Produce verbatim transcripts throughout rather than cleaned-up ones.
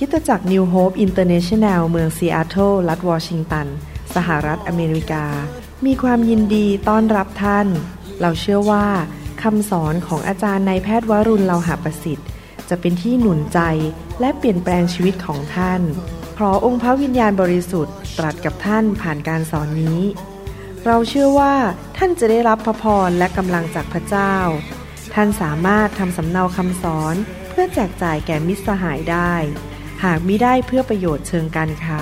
คริสตจักร New Hope International เมืองซีแอตเทิลรัฐวอชิงตันสหรัฐอเมริกามีความยินดีต้อนรับท่านเราเชื่อว่าคำสอนของอาจารย์นายแพทย์วรุณ เลาหะประสิทธิ์จะเป็นที่หนุนใจและเปลี่ยนแปลงชีวิตของท่านขอองค์พระวิญญาณบริสุทธิ์ตรัสกับท่านผ่านการสอนนี้เราเชื่อว่าท่านจะได้รับพระพรและกำลังจากพระเจ้าท่านสามารถทำสำเนาคำสอนเพื่อแจกจ่ายแก่มิตรสหายได้หากมิได้เพื่อประโยชน์เชิงการค้า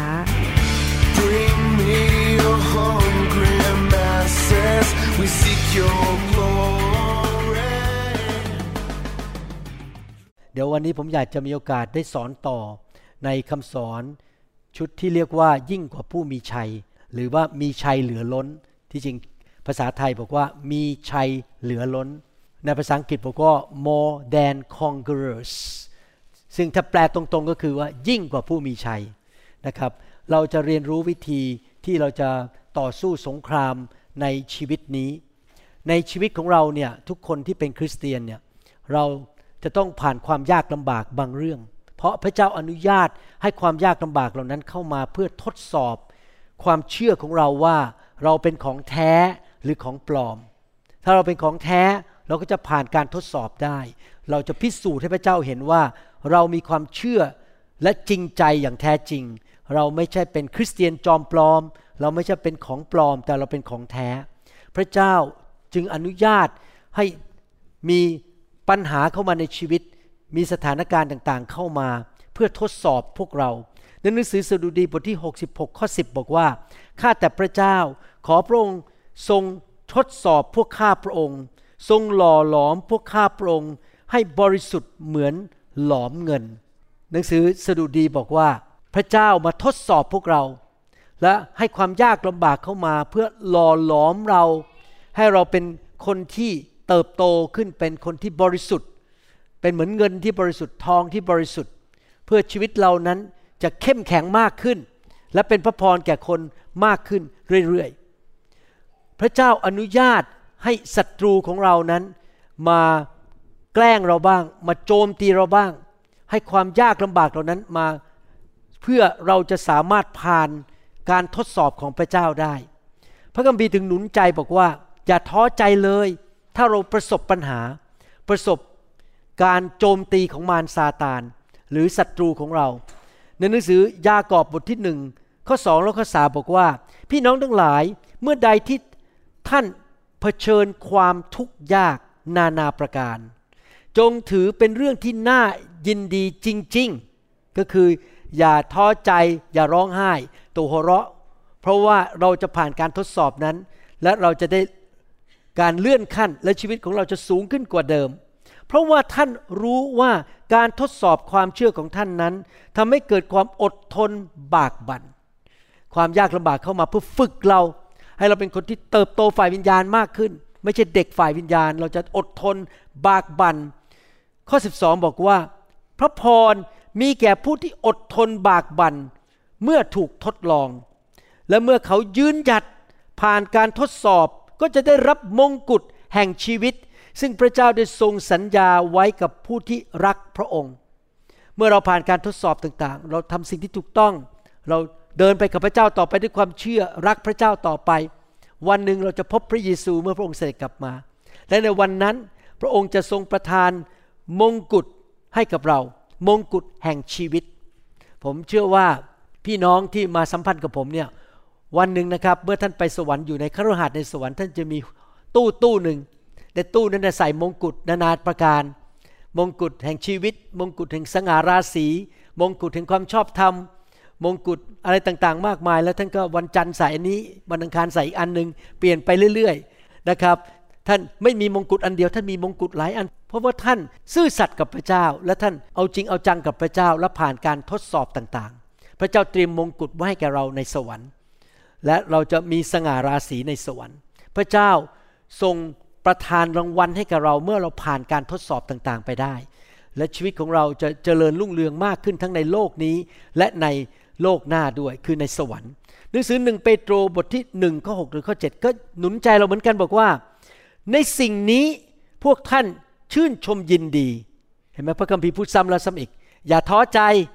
เดี๋ยววันนี้ผมอยากจะมีโอกาสได้สอนต่อในคำสอนชุดที่เรียกว่ายิ่งกว่าผู้มีชัยหรือว่ามีชัยเหลือล้นที่จริงภาษาไทยบอกว่ามีชัยเหลือล้นในภาษาอังกฤษบอกว่า more than conquerors ซึ่งถ้าแปลตรงๆก็คือว่ายิ่งกว่าผู้มีชัยนะครับเราจะเรียนรู้วิธีที่เราจะต่อสู้สงครามในชีวิตนี้ในชีวิตของเราเนี่ยทุกคนที่เป็นคริสเตียนเนี่ยเราจะต้องผ่านความยากลำบากบางเรื่องเพราะพระเจ้าอนุญาตให้ความยากลำบากเหล่านั้นเข้ามาเพื่อทดสอบความเชื่อของเราว่าเราเป็นของแท้หรือของปลอมถ้าเราเป็นของแท้เราก็จะผ่านการทดสอบได้เราจะพิสูจน์ให้พระเจ้าเห็นว่าเรามีความเชื่อและจริงใจอย่างแท้จริงเราไม่ใช่เป็นคริสเตียนจอมปลอมเราไม่ใช่เป็นของปลอมแต่เราเป็นของแท้พระเจ้าจึงอนุญาตให้มีปัญหาเข้ามาในชีวิตมีสถานการณ์ต่างๆเข้ามาเพื่อทดสอบพวกเราในหนังสือสดุดีบทที่หกสิบหกข้อสิบบอกว่าข้าแต่พระเจ้าขอพระองค์ทรงทดสอบพวกข้าพระองค์ทรงหล่อหลอมพวกข้าพระองค์ให้บริสุทธิ์เหมือนหลอมเงินหนังสือสดุดีบอกว่าพระเจ้ามาทดสอบพวกเราและให้ความยากลำบากเข้ามาเพื่อหล่อหลอมเราให้เราเป็นคนที่เติบโตขึ้นเป็นคนที่บริสุทธิ์เป็นเหมือนเงินที่บริสุทธิ์ทองที่บริสุทธิ์เพื่อชีวิตเรานั้นจะเข้มแข็งมากขึ้นและเป็นพระพรแก่คนมากขึ้นเรื่อยๆพระเจ้าอนุญาตให้ศัตรูของเรานั้นมาแกล้งเราบ้างมาโจมตีเราบ้างให้ความยากลำบากเหล่านั้นมาเพื่อเราจะสามารถผ่านการทดสอบของพระเจ้าได้พระคัมภีร์ถึงหนุนใจบอกว่าอย่าท้อใจเลยถ้าเราประสบปัญหาประสบการโจมตีของมารซาตานหรือศัตรูของเราในหนังสือยากอบบทที่หนึ่งข้อสองและข้อสามบอกว่าพี่น้องทั้งหลายเมื่อใดที่ท่านเผชิญความทุกข์ยากนานาประการจงถือเป็นเรื่องที่น่ายินดีจริงๆก็คืออย่าท้อใจอย่าร้องไห้ตัวหัวเราะเพราะว่าเราจะผ่านการทดสอบนั้นและเราจะได้การเลื่อนขั้นและชีวิตของเราจะสูงขึ้นกว่าเดิมเพราะว่าท่านรู้ว่าการทดสอบความเชื่อของท่านนั้นทำให้เกิดความอดทนบากบั่นความยากลำบากเข้ามาเพื่อฝึกเราให้เราเป็นคนที่เติบโตฝ่ายวิญญาณมากขึ้นไม่ใช่เด็กฝ่ายวิญญาณเราจะอดทนบากบั่นข้อสิบสองบอกว่าพระพรมีแก่ผู้ที่อดทนบากบั่นเมื่อถูกทดลองและเมื่อเขายืนหยัดผ่านการทดสอบก็จะได้รับมงกุฎแห่งชีวิตซึ่งพระเจ้าได้ทรงสัญญาไว้กับผู้ที่รักพระองค์เมื่อเราผ่านการทดสอบต่างๆเราทำสิ่งที่ถูกต้องเราเดินไปกับพระเจ้าต่อไปด้วยความเชื่อรักพระเจ้าต่อไปวันหนึ่งเราจะพบพระเยซูเมื่อพระองค์เสด็จกลับมาและในวันนั้นพระองค์จะทรงประทานมงกุฎให้กับเรามงกุฎแห่งชีวิตผมเชื่อว่าพี่น้องที่มาสัมพันธ์กับผมเนี่ยวันหนึ่งนะครับเมื่อท่านไปสวรรค์อยู่ในคฤหาสน์ในสวรรค์ท่านจะมีตู้ตู้หนึ่งในตู้นั้นใส่มงกุฎนานาประการมงกุฎแห่งชีวิตมงกุฎแห่งสง่าราศีมงกุฎแห่งความชอบธรรมมงกุฎอะไรต่างๆมากมายแล้วท่านก็วันจันทร์ใส่อันนี้วันอังคารใส่อีกอันนึงเปลี่ยนไปเรื่อยๆนะครับท่านไม่มีมงกุฎอันเดียวท่านมีมงกุฎหลายอันเพราะว่าท่านซื่อสัตย์กับพระเจ้าและท่านเอาจริงเอาจังกับพระเจ้าและผ่านการทดสอบต่างๆพระเจ้าเตรียมมงกุฎไว้ให้แก่เราในสวรรค์และเราจะมีสง่าราศีในสวรรค์พระเจ้าทรงประทานรางวัลให้กับเราเมื่อเราผ่านการทดสอบต่างๆไปได้และชีวิตของเราจะเจริญรุ่งเรืองมากขึ้นทั้งในโลกนี้และในโลกหน้าด้วยคือในสวรรค์หนังสือหนึ่งเปโตรบทที่หนึ่งข้อหกหรือข้อเจ็ดก็หนุนใจเราเหมือนกันบอกว่าในสิ่งนี้พวกท่านชื่นชมยินดีเห็นไหมพระคัมภีร์พูดซ้ำแล้วซ้ำอีกอย่าท้อใจ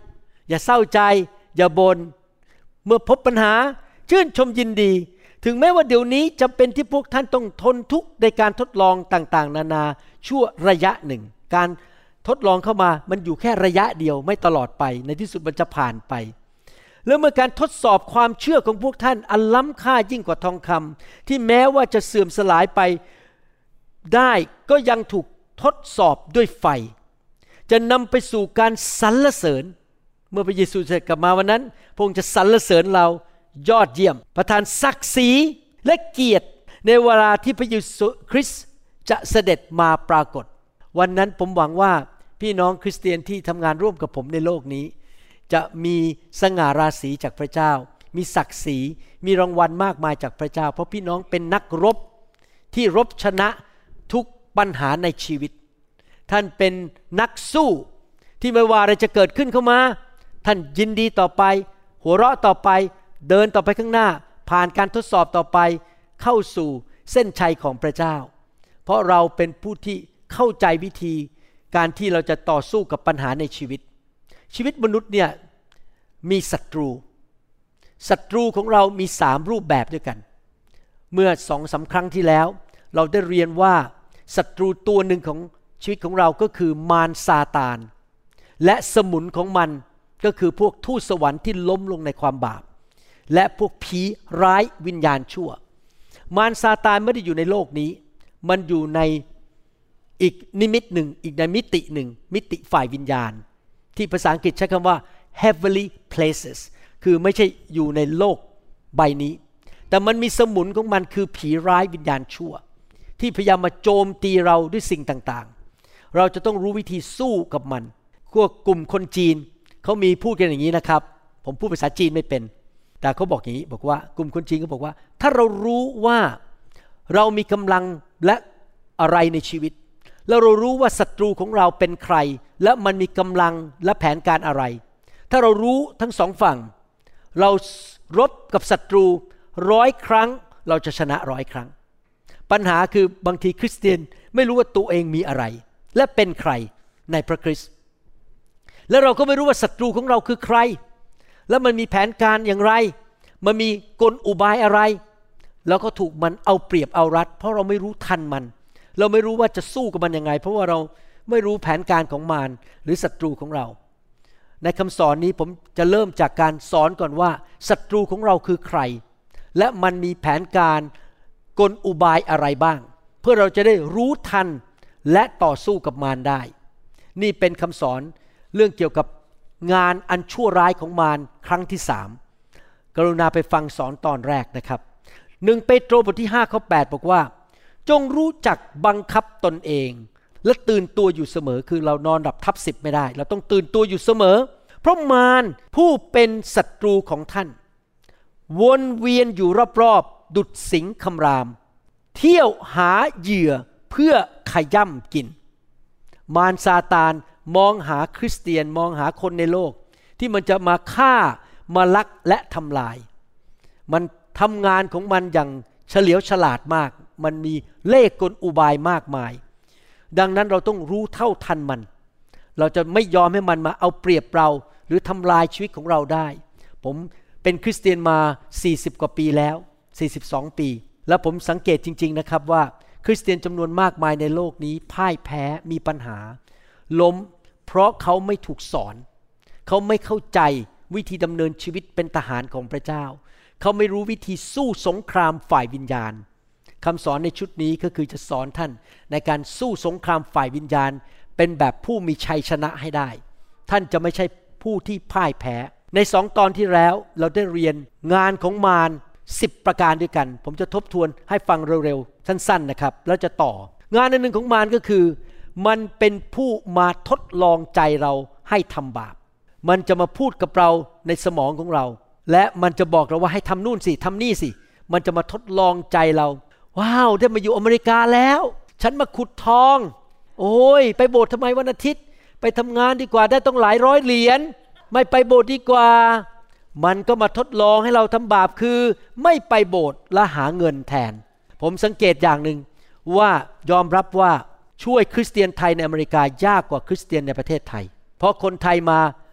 อย่าเศร้าใจอย่าบน่นเมื่อพบปัญหาชื่นชมยินดีถึงแม้ว่าเดี๋ยวนี้จำเป็นที่พวกท่านต้องทนทุกข์ในการทดลองต่างๆนานาชั่วระยะหนึ่งการทดลองเข้ามามันอยู่แค่ระยะเดียวไม่ตลอดไปในที่สุดมันจะผ่านไปแล้วเมื่อการทดสอบความเชื่อของพวกท่านอันล้ำค่ายิ่งกว่าทองคำที่แม้ว่าจะเสื่อมสลายไปได้ก็ยังถูกทดสอบด้วยไฟจะนำไปสู่การสรรเสริญเมื่อพระเยซูเสด็จกลับมาวันนั้นพระองค์จะสรรเสริญเรายอดเยี่ยมประทานศักดิ์ศรีและเกียรติในเวลาที่พระเยซูคริสต์จะเสด็จมาปรากฏวันนั้นผมหวังว่าพี่น้องคริสเตียนที่ทำงานร่วมกับผมในโลกนี้จะมีสง่าราศีจากพระเจ้ามีศักดิ์ศรีมีรางวัลมากมายจากพระเจ้าเพราะพี่น้องเป็นนักรบที่รบชนะทุกปัญหาในชีวิตท่านเป็นนักสู้ที่ไม่ว่าอะไรจะเกิดขึ้นเข้ามาท่านยินดีต่อไปหัวเราะต่อไปเดินต่อไปข้างหน้าผ่านการทดสอบต่อไปเข้าสู่เส้นชัยของพระเจ้าเพราะเราเป็นผู้ที่เข้าใจวิธีการที่เราจะต่อสู้กับปัญหาในชีวิตชีวิตมนุษย์เนี่ยมีศัตรูศัตรูของเรามีสามรูปแบบด้วยกันเมื่อ สองถึงสาม ครั้งที่แล้วเราได้เรียนว่าศัตรูตัวหนึ่งของชีวิตของเราก็คือมารซาตานและสมุนของมันก็คือพวกทูตสวรรค์ที่ล้มลงในความบาปและพวกผีร้ายวิญญาณชั่วมารซาตานไม่ได้อยู่ในโลกนี้มันอยู่ในอีกนิมิตหนึ่งอีกในมิติหนึ่งมิติฝ่ายวิญญาณที่ภาษาอังกฤษใช้คำว่า heavenly places คือไม่ใช่อยู่ในโลกใบนี้แต่มันมีสมุนของมันคือผีร้ายวิญญาณชั่วที่พยายามมาโจมตีเราด้วยสิ่งต่างๆเราจะต้องรู้วิธีสู้กับมันพวกกลุ่มคนจีนเขามีพูดกันอย่างนี้นะครับผมพูดภาษาจีนไม่เป็นแต่เขาบอกอย่างนี้บอกว่ากลุ่มคนจีนเขาบอกว่าถ้าเรารู้ว่าเรามีกำลังและอะไรในชีวิตแล้วเรารู้ว่าศัตรูของเราเป็นใครและมันมีกำลังและแผนการอะไรถ้าเรารู้ทั้งสองฝั่งเรารบกับศัตรูร้อยครั้งเราจะชนะร้อยครั้งปัญหาคือบางทีคริสเตียนไม่รู้ว่าตัวเองมีอะไรและเป็นใครในพระคริสต์และเราก็ไม่รู้ว่าศัตรูของเราคือใครแล้วมันมีแผนการอย่างไรมันมีกลอุบายอะไรแล้วก็ถูกมันเอาเปรียบเอารัดเพราะเราไม่รู้ทันมันเราไม่รู้ว่าจะสู้กับมันยังไงเพราะว่าเราไม่รู้แผนการของมารหรือศัตรูของเราในคำสอนนี้ผมจะเริ่มจากการสอนก่อนว่าศัตรูของเราคือใครและมันมีแผนการกลอุบายอะไรบ้างเพื่อเราจะได้รู้ทันและต่อสู้กับมารได้นี่เป็นคำสอนเรื่องเกี่ยวกับงานอันชั่วร้ายของมารครั้งที่สามกรุณาไปฟังสอนตอนแรกนะครับหนึ่งเปโตรบทที่ห้าข้อแปดบอกว่าจงรู้จักบังคับตนเองและตื่นตัวอยู่เสมอคือเรานอนหลับทับสิบไม่ได้เราต้องตื่นตัวอยู่เสมอเพราะมารผู้เป็นศัตรูของท่านวนเวียนอยู่รอบๆดุจสิงคำรามเที่ยวหาเหยื่อเพื่อขย่ำกินมารซาตานมองหาคริสเตียนมองหาคนในโลกที่มันจะมาฆ่ามาลักและทำลายมันทำงานของมันอย่างเฉลียวฉลาดมากมันมีเล่ห์กลอุบายมากมายดังนั้นเราต้องรู้เท่าทันมันเราจะไม่ยอมให้มันมาเอาเปรียบเราหรือทำลายชีวิตของเราได้ผมเป็นคริสเตียนมาสี่สิบกว่าปีแล้วสี่สิบสองปีแล้วผมสังเกตจริงๆนะครับว่าคริสเตียนจำนวนมากมายในโลกนี้พ่ายแพ้มีปัญหาล้มเพราะเขาไม่ถูกสอนเขาไม่เข้าใจวิธีดำเนินชีวิตเป็นทหารของพระเจ้าเขาไม่รู้วิธีสู้สงครามฝ่ายวิญญาณคำสอนในชุดนี้ก็คือจะสอนท่านในการสู้สงครามฝ่ายวิญญาณเป็นแบบผู้มีชัยชนะให้ได้ท่านจะไม่ใช่ผู้ที่พ่ายแพ้ในสองตอนที่แล้วเราได้เรียนงานของมารสิบประการด้วยกันผมจะทบทวนให้ฟังเร็วๆสั้นๆนะครับแล้วจะต่องานอันหนึ่งของมารก็คือมันเป็นผู้มาทดลองใจเราให้ทำบาปมันจะมาพูดกับเราในสมองของเราและมันจะบอกเราว่าให้ทำนู่นสิทำนี่สิมันจะมาทดลองใจเราว้าวได้มาอยู่อเมริกาแล้วฉันมาขุดทองโอ้ยไปโบสถ์ทำไมวันอาทิตย์ไปทำงานดีกว่าได้ต้องหลายร้อยเหรียญไม่ไปโบสถ์ดีกว่ามันก็มาทดลองให้เราทำบาปคือไม่ไปโบสถ์และหาเงินแทนผมสังเกตอย่างหนึ่งว่ายอมรับว่าช่วยคริสเตียนไทยในอเมริกายากกว่าคริสเตียนในประเทศไทยเพราะคนไทยมา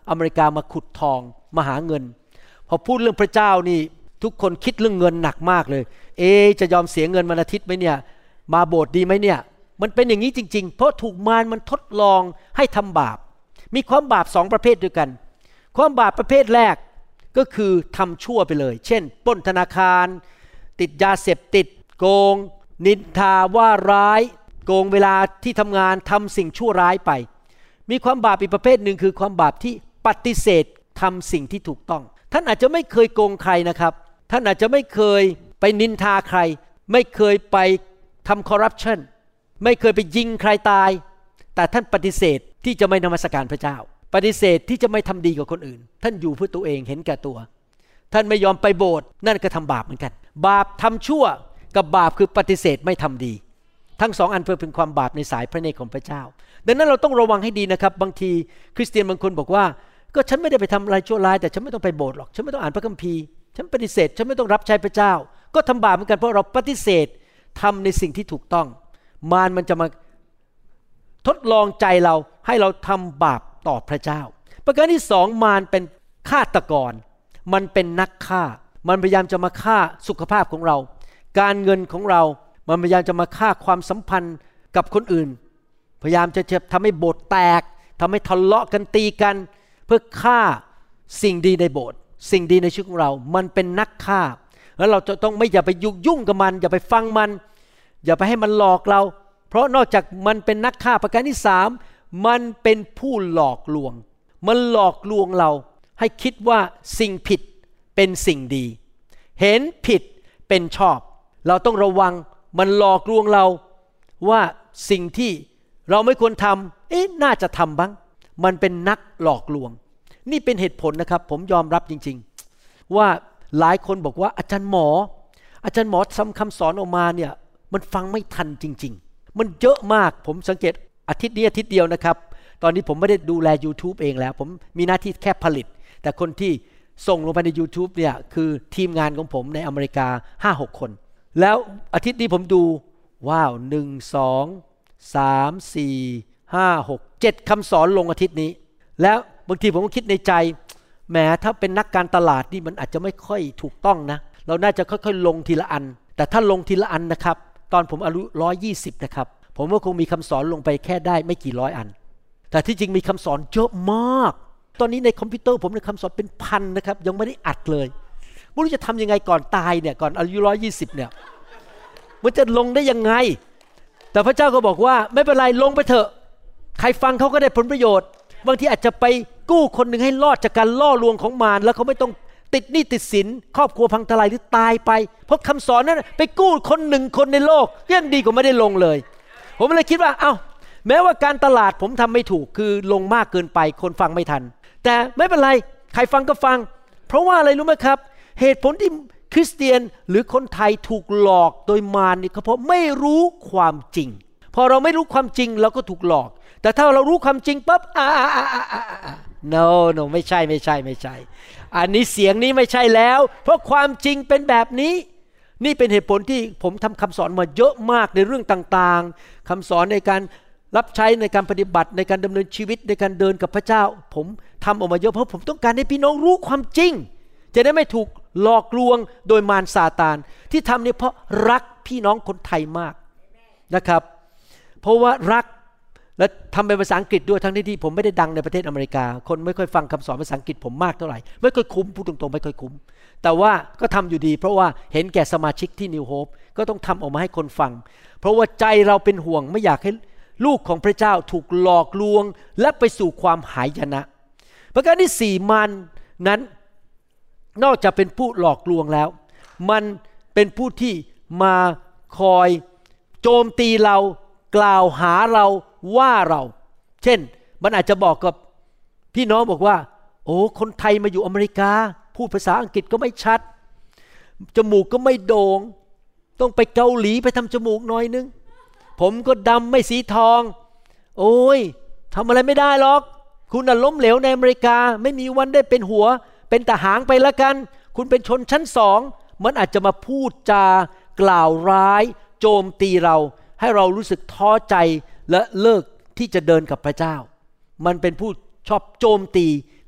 อเมริกามาขุดทองมาหาเงินพอพูดเรื่องพระเจ้านี่ทุกคนคิดเรื่องเงินหนักมากเลยเอจะยอมเสียเงินวันอาทิตย์ไหมเนี่ยมาโบสถ์ดีไหมเนี่ยมันเป็นอย่างนี้จริงๆเพราะถูกมารมันทดลองให้ทำบาปมีความบาปสองประเภทด้วยกันความบาปประเภทแรกก็คือทำชั่วไปเลยเช่นปล้นธนาคารติดยาเสพติดโกงนินทาว่าร้ายโกงเวลาที่ทำงานทำสิ่งชั่วร้ายไปมีความบาปอีกประเภทหนึ่งคือความบาปที่ปฏิเสธทำสิ่งที่ถูกต้องท่านอาจจะไม่เคยโกงใครนะครับท่านอาจจะไม่เคยไปนินทาใครไม่เคยไปทำคอร์รัปชันไม่เคยไปยิงใครตายแต่ท่านปฏิเสธที่จะไม่นมัสการพระเจ้าปฏิเสธที่จะไม่ทำดีกับคนอื่นท่านอยู่เพื่อตัวเองเห็นแก่ตัวท่านไม่ยอมไปโบสถ์นั่นก็ทำบาปเหมือนกันบาปทำชั่วกับบาปคือปฏิเสธไม่ทำดีทั้งสองอันเพื่อเป็นความบาปในสายพระเนตรของพระเจ้าดังนั้นเราต้องระวังให้ดีนะครับบางทีคริสเตียนบางคนบอกว่าก็ฉันไม่ได้ไปทำอะไรชั่วร้ายแต่ฉันไม่ต้องไปโบสถ์หรอกฉันไม่ต้องอ่านพระคัมภีร์ฉันปฏิเสธฉันไม่ต้องรับใช้พระเจ้าก็ทำบาปเหมือนกันเพราะเราปฏิเสธทำในสิ่งที่ถูกต้องมารมันจะมาทดลองใจเราให้เราทำบาปต่อพระเจ้าประการที่สองมารเป็นฆาตกรมันเป็นนักฆ่ามันพยายามจะมาฆ่าสุขภาพของเราการเงินของเรามันพยายามจะมาฆ่าความสัมพันธ์กับคนอื่นพยายามจะทำให้โบสถ์แตกทำให้ทะเลาะกันตีกันเพื่อฆ่าสิ่งดีในโบสถ์สิ่งดีในชีวิตของเรามันเป็นนักฆ่าแล้วเราจะต้องไม่อย่าไปยุ่งกับมันอย่าไปฟังมันอย่าไปให้มันหลอกเราเพราะนอกจากมันเป็นนักฆ่าประการที่สามมันเป็นผู้หลอกลวงมันหลอกลวงเราให้คิดว่าสิ่งผิดเป็นสิ่งดีเห็นผิดเป็นชอบเราต้องระวังมันหลอกลวงเราว่าสิ่งที่เราไม่ควรทำเอ๊ะน่าจะทำบ้างมันเป็นนักหลอกลวงนี่เป็นเหตุผลนะครับผมยอมรับจริงๆว่าหลายคนบอกว่าอาจารย์หมออาจารย์หมอทำคำสอนออกมาเนี่ยมันฟังไม่ทันจริงๆมันเยอะมากผมสังเกตอาทิตย์นี้อาทิตย์เดียวนะครับตอนนี้ผมไม่ได้ดูแล YouTube เองแล้วผมมีหน้าที่แค่ผลิตแต่คนที่ส่งลงไปใน YouTube เนี่ยคือทีมงานของผมในอเมริกา ห้าหก คนแล้วอาทิตย์นี้ผมดูว้าวหนึ่ง สอง สาม สี่ ห้า หก เจ็ดคำสอนลงอาทิตย์นี้แล้วบางทีผมก็คิดในใจแหมถ้าเป็นนักการตลาดนี่มันอาจจะไม่ค่อยถูกต้องนะเราน่าจะค่อยๆลงทีละอันแต่ถ้าลงทีละอันนะครับตอนผมอายุหนึ่งร้อยยี่สิบนะครับผมก็คงมีคำสอนลงไปแค่ได้ไม่กี่ร้อยอันแต่ที่จริงมีคำสอนเยอะมากตอนนี้ในคอมพิวเตอร์ผมมีคำสอนเป็นพันนะครับยังไม่ได้อัดเลยไม่รู้จะทำยังไงก่อนตายเนี่ยก่อนอายุหนึ่งร้อยยี่สิบเนี่ยมันจะลงได้ยังไงแต่พระเจ้าก็บอกว่าไม่เป็นไรลงไปเถอะใครฟังเขาก็ได้ผลประโยชน์บางทีอาจจะไปกู้คนหนึ่งให้รอดจากการล่อลวงของมารแล้วเขาไม่ต้องติดหนี้ติดสินครอบครัวพังทลายหรือตายไปเพราะคำสอนนั้นไปกู้คนหนึ่งคนในโลกยังดีกว่าไม่ได้ลงเลยผมเลยคิดว่าเอ้าแม้ว่าการตลาดผมทำไม่ถูกคือลงมากเกินไปคนฟังไม่ทันแต่ไม่เป็นไรใครฟังก็ฟังเพราะว่าอะไรรู้ไหมครับเหตุผลที่คริสเตียนหรือคนไทยถูกหลอกโดยมารนี่ก็เพราะไม่รู้ความจริงพอเราไม่รู้ความจริงเราก็ถูกหลอกแต่ถ้าเรารู้ความจริงปั๊บอ่าอ่าอ่าอ่า no no ไม่ใช่ไม่ใช่ไม่ใช่อันนี้เสียงนี้ไม่ใช่แล้วเพราะความจริงเป็นแบบนี้นี่เป็นเหตุผลที่ผมทำคำสอนมาเยอะมากในเรื่องต่างๆคำสอนในการรับใช้ในการปฏิบัติในการดำเนินชีวิตในการเดินกับพระเจ้าผมทำออกมาเยอะเพราะผมต้องการให้พี่น้องรู้ความจริงจะได้ไม่ถูกหลอกลวงโดยมารซาตานที่ทำเนี่ยเพราะรักพี่น้องคนไทยมากนะครับเพราะว่ารักและทำเป็นภาษาอังกฤษด้วยทั้งที่ผมไม่ได้ดังในประเทศอเมริกาคนไม่ค่อยฟังคำสอนภาษาอังกฤษผมมากเท่าไหร่ไม่ค่อยคุ้มพูดตรงๆไม่ค่อยคุ้มแต่ว่าก็ทำอยู่ดีเพราะว่าเห็นแก่สมาชิกที่ New Hope ก็ต้องทำออกมาให้คนฟังเพราะว่าใจเราเป็นห่วงไม่อยากให้ลูกของพระเจ้าถูกหลอกลวงและไปสู่ความหายนะประการที่สี่มันนั้นนอกจากเป็นผู้หลอกลวงแล้วมันเป็นผู้ที่มาคอยโจมตีเรากล่าวหาเราว่าเราเช่นมันอาจจะบอกกับพี่น้องบอกว่าโอ้คนไทยมาอยู่อเมริกาพูดภาษาอังกฤษก็ไม่ชัดจมูกก็ไม่โด่งต้องไปเกาหลีไปทำจมูกหน่อยนึงผมก็ดำไม่สีทองโอ้ยทำอะไรไม่ได้หรอกคุณน่ะล้มเหลวในอเมริกาไม่มีวันได้เป็นหัวเป็นแต่หางไปละกันคุณเป็นชนชั้นสองมันอาจจะมาพูดจากล่าวร้ายโจมตีเราให้เรารู้สึกท้อใจและเลิกที่จะเดินกับพระเจ้ามันเป็นผู้ชอบโจมตี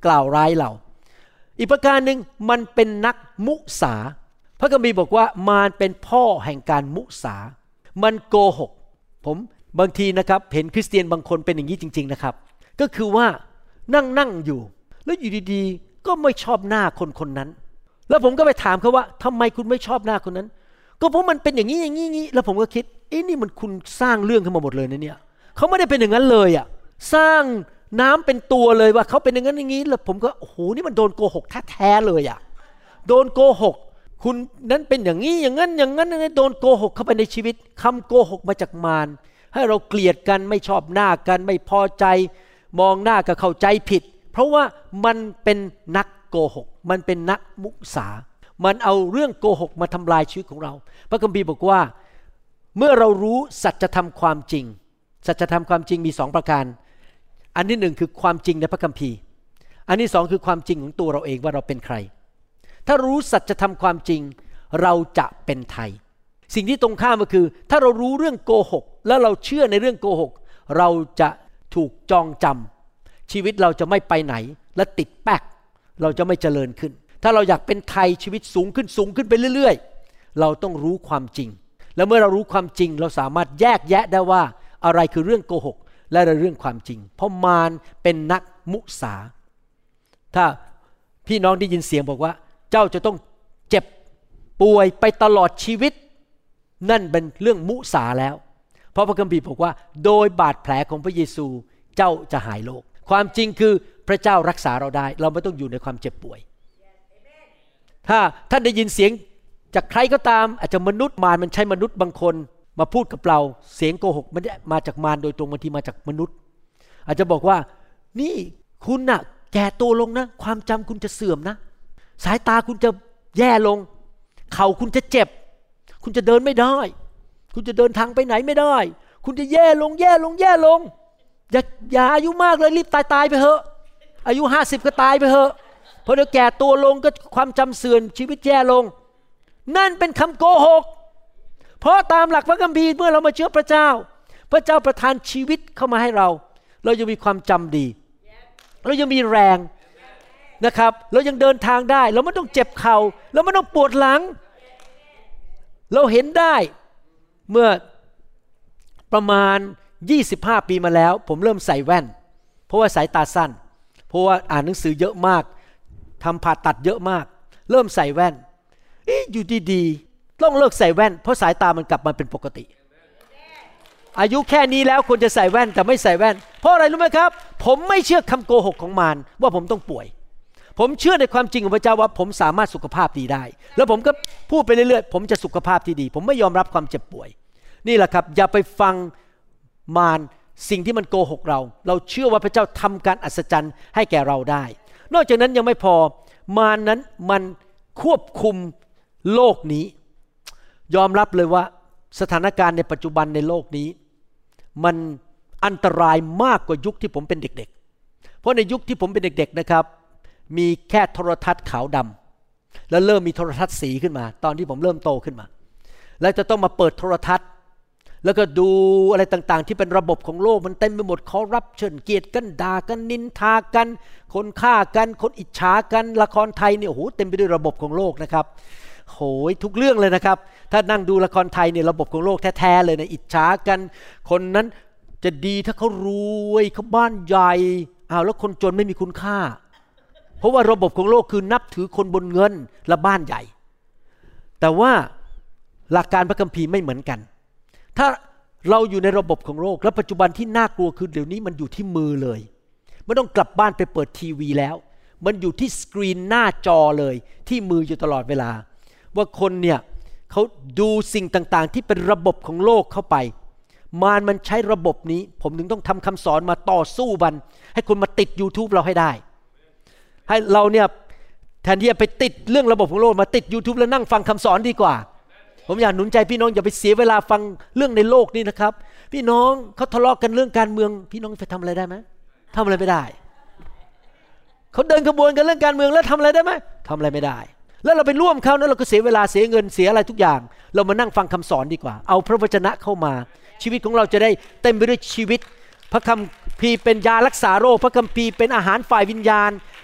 กล่าวร้ายเราอีกประการหนึ่งมันเป็นนักมุสาพระคัมภีร์บอกว่ามารเป็นพ่อแห่งการมุสามันโกหกผมบางทีนะครับเห็นคริสเตียนบางคนเป็นอย่างนี้จริงๆนะครับก็คือว่านั่งนั่งอยู่แล้วอยู่ดีๆก็ไม่ชอบหน้าคนคนนั้นแล้วผมก็ไปถามเขาว่าทำไมคุณไม่ชอบหน้าคนนั้นก็เพราะมันเป็นอย่างนี้อย่างนี้อย่างนี้แล้วผมก็คิดเอ๊ะนี่มันคุณสร้างเรื่องขึ้นมาหมดเลยนะเนี่ยเขาไม่ได้เป็นอย่างนั้นเลยอ่ะสร้างน้ำเป็นตัวเลยว่าเขาเป็นอย่างนั้นอย่างนี้แล้วผมก็โอ้โหนี่มันโดนโกหกแท้ๆเลยอ่ะโดนโกหกคุณนั้นเป็นอย่างนี้อย่างนั้นอย่างนั้นโดนโกหกเข้าไปในชีวิตคำโกหกมาจากมารให้เราเกลียดกันไม่ชอบหน้ากันไม่พอใจมองหน้าก็เข้าใจผิดเพราะว่ามันเป็นนักโกหกมันเป็นนักมุสามันเอาเรื่องโกหกมาทำลายชีวิตของเราพระคัมภีร์บอกว่าเมื่อเรารู้สัจธรรมความจริงสัจธรรมความจริงมีสองประการอันที่หนึ่งคือความจริงในพระคัมภีร์อันที่สองคือความจริงของตัวเราเองว่าเราเป็นใครถ้ารู้สัจธรรมความจริงเราจะเป็นไทยสิ่งที่ตรงข้ามก็คือถ้าเรารู้เรื่องโกหกแล้วเราเชื่อในเรื่องโกหกเราจะถูกจองจำชีวิตเราจะไม่ไปไหนและติดแป๊กเราจะไม่เจริญขึ้นถ้าเราอยากเป็นไทยชีวิตสูงขึ้นสูงขึ้นไปเรื่อยๆเราต้องรู้ความจริงแล้วเมื่อเรารู้ความจริงเราสามารถแยกแยะได้ว่าอะไรคือเรื่องโกหกและอะไรเรื่องความจริงเพราะมารเป็นนักมุสาถ้าพี่น้องได้ยินเสียงบอกว่าเจ้าจะต้องเจ็บป่วยไปตลอดชีวิตนั่นเป็นเรื่องมุสาแล้วเพราะพระคัมภีร์บอกว่าโดยบาดแผลของพระเยซูเจ้าจะหายโรคความจริงคือพระเจ้ารักษาเราได้เราไม่ต้องอยู่ในความเจ็บป่วยถ้าท่านได้ยินเสียงจากใครก็ตามอาจจะมนุษย์มารมันใช้มนุษย์บางคนมาพูดกับเราเสียงโกหกมันมาจากมารโดยตรงบางทีมาจากมนุษย์อาจจะบอกว่านี่คุณน่ะแก่ตัวลงนะความจำคุณจะเสื่อมนะสายตาคุณจะแย่ลงเข่าคุณจะเจ็บคุณจะเดินไม่ได้คุณจะเดินทางไปไหนไม่ได้คุณจะแย่ลงแย่ลงแย่ลงอย่าอย่าอายุมากเลยรีบตายตายไปเถอะอายุห้าสิบก็ตายไปเถอะเพราะเดี๋ยวแก่ตัวลงก็ความจำเสื่อมชีวิตแย่ลงนั่นเป็นคำโกหกเพราะตามหลักพระคัมภีร์เมื่อเรามาเชื่อพระเจ้าพระเจ้าประทานชีวิตเข้ามาให้เราเรายังมีความจำดีเรายังมีแรงนะครับเรายังเดินทางได้เราไม่ต้องเจ็บเข่าเราไม่ต้องปวดหลังเราเห็นได้เมื่อประมาณยี่สิบห้าปีมาแล้วผมเริ่มใส่แว่นเพราะว่าสายตาสั้นเพราะว่าอ่านหนังสือเยอะมากทำผ่าตัดเยอะมากเริ่มใส่แว่นเอ๊ะอยู่ดีๆต้องเลิกใส่แว่นเพราะสายตามันกลับมาเป็นปกติอายุแค่นี้แล้วควรจะใส่แว่นแต่ไม่ใส่แว่นเพราะอะไรรู้ไหมครับผมไม่เชื่อคำโกหกของมารว่าผมต้องป่วยผมเชื่อในความจริงของพระเจ้าว่าผมสามารถสุขภาพดีได้แล้วผมก็พูดไปเรื่อยๆผมจะสุขภาพที่ดีผมไม่ยอมรับความเจ็บป่วยนี่แหละครับอย่าไปฟังมารสิ่งที่มันโกหกเราเราเชื่อว่าพระเจ้าทำการอัศจรรย์ให้แก่เราได้นอกจากนั้นยังไม่พอมารนั้นมันควบคุมโลกนี้ยอมรับเลยว่าสถานการณ์ในปัจจุบันในโลกนี้มันอันตรายมากกว่ายุคที่ผมเป็นเด็กๆเพราะในยุคที่ผมเป็นเด็กๆนะครับมีแค่โทรทัศน์ขาวดำแล้วเริ่มมีโทรทัศน์สีขึ้นมาตอนที่ผมเริ่มโตขึ้นมาแล้วจะต้องมาเปิดโทรทัศน์แล้วก็ดูอะไรต่างๆที่เป็นระบบของโลกมันเต็มไปหมดคอร์รัปชันเกลียดกันด่ากันนินทากันคนฆ่ากันคนอิจฉากันละครไทยเนี่ยโอ้โหเต็มไปด้วยระบบของโลกนะครับโหยทุกเรื่องเลยนะครับถ้านั่งดูละครไทยเนี่ยระบบของโลกแท้ๆเลยนะอิจฉากันคนนั้นจะดีถ้าเขารวยเขาบ้านใหญ่อ้าวแล้วคนจนไม่มีคุณค่าเพราะว่าระบบของโลกคือนับถือคนบนเงินและบ้านใหญ่แต่ว่าหลักการพระคัมภีร์ไม่เหมือนกันถ้าเราอยู่ในระบบของโลกและปัจจุบันที่น่ากลัวคือเดี๋ยวนี้มันอยู่ที่มือเลยไม่ต้องกลับบ้านไปเปิดทีวีแล้วมันอยู่ที่สกรีนหน้าจอเลยที่มืออยู่ตลอดเวลาว่าคนเนี่ยเขาดูสิ่งต่างๆที่เป็นระบบของโลกเข้าไปมารมันใช้ระบบนี้ผมถึงต้องทำคำสอนมาต่อสู้มันให้คนมาติด YouTube เราให้ได้ให้เราเนี่ยแทนที่จะไปติดเรื่องระบบของโลกมาติด YouTube แล้วนั่งฟังคำสอนดีกว่าผมอยากหนุนใจพี่น้องอย่าไปเสียเวลาฟังเรื่องในโลกนี้นะครับพี่น้องเขาทะเลาะกันเรื่องการเมืองพี่น้องไปทำอะไรได้ไหมทำอะไรไม่ได้เขาเดินขบวนกันเรื่องการเมืองแล้วทำอะไรได้ไหมทำอะไรไม่ได้แล้วเราไปร่วมเขานั้นเราก็เสียเวลาเสียเงินเสียอะไรทุกอย่างเรามานั่งฟังคำสอนดีกว่าเอาพระวจนะเข้ามาชีวิตของเราจะได้เต็มไปด้วยชีวิตพระคัมภีร์เป็นยารักษาโรคพระคัมภีร์เป็นอาหารฝ่ายวิญญาณ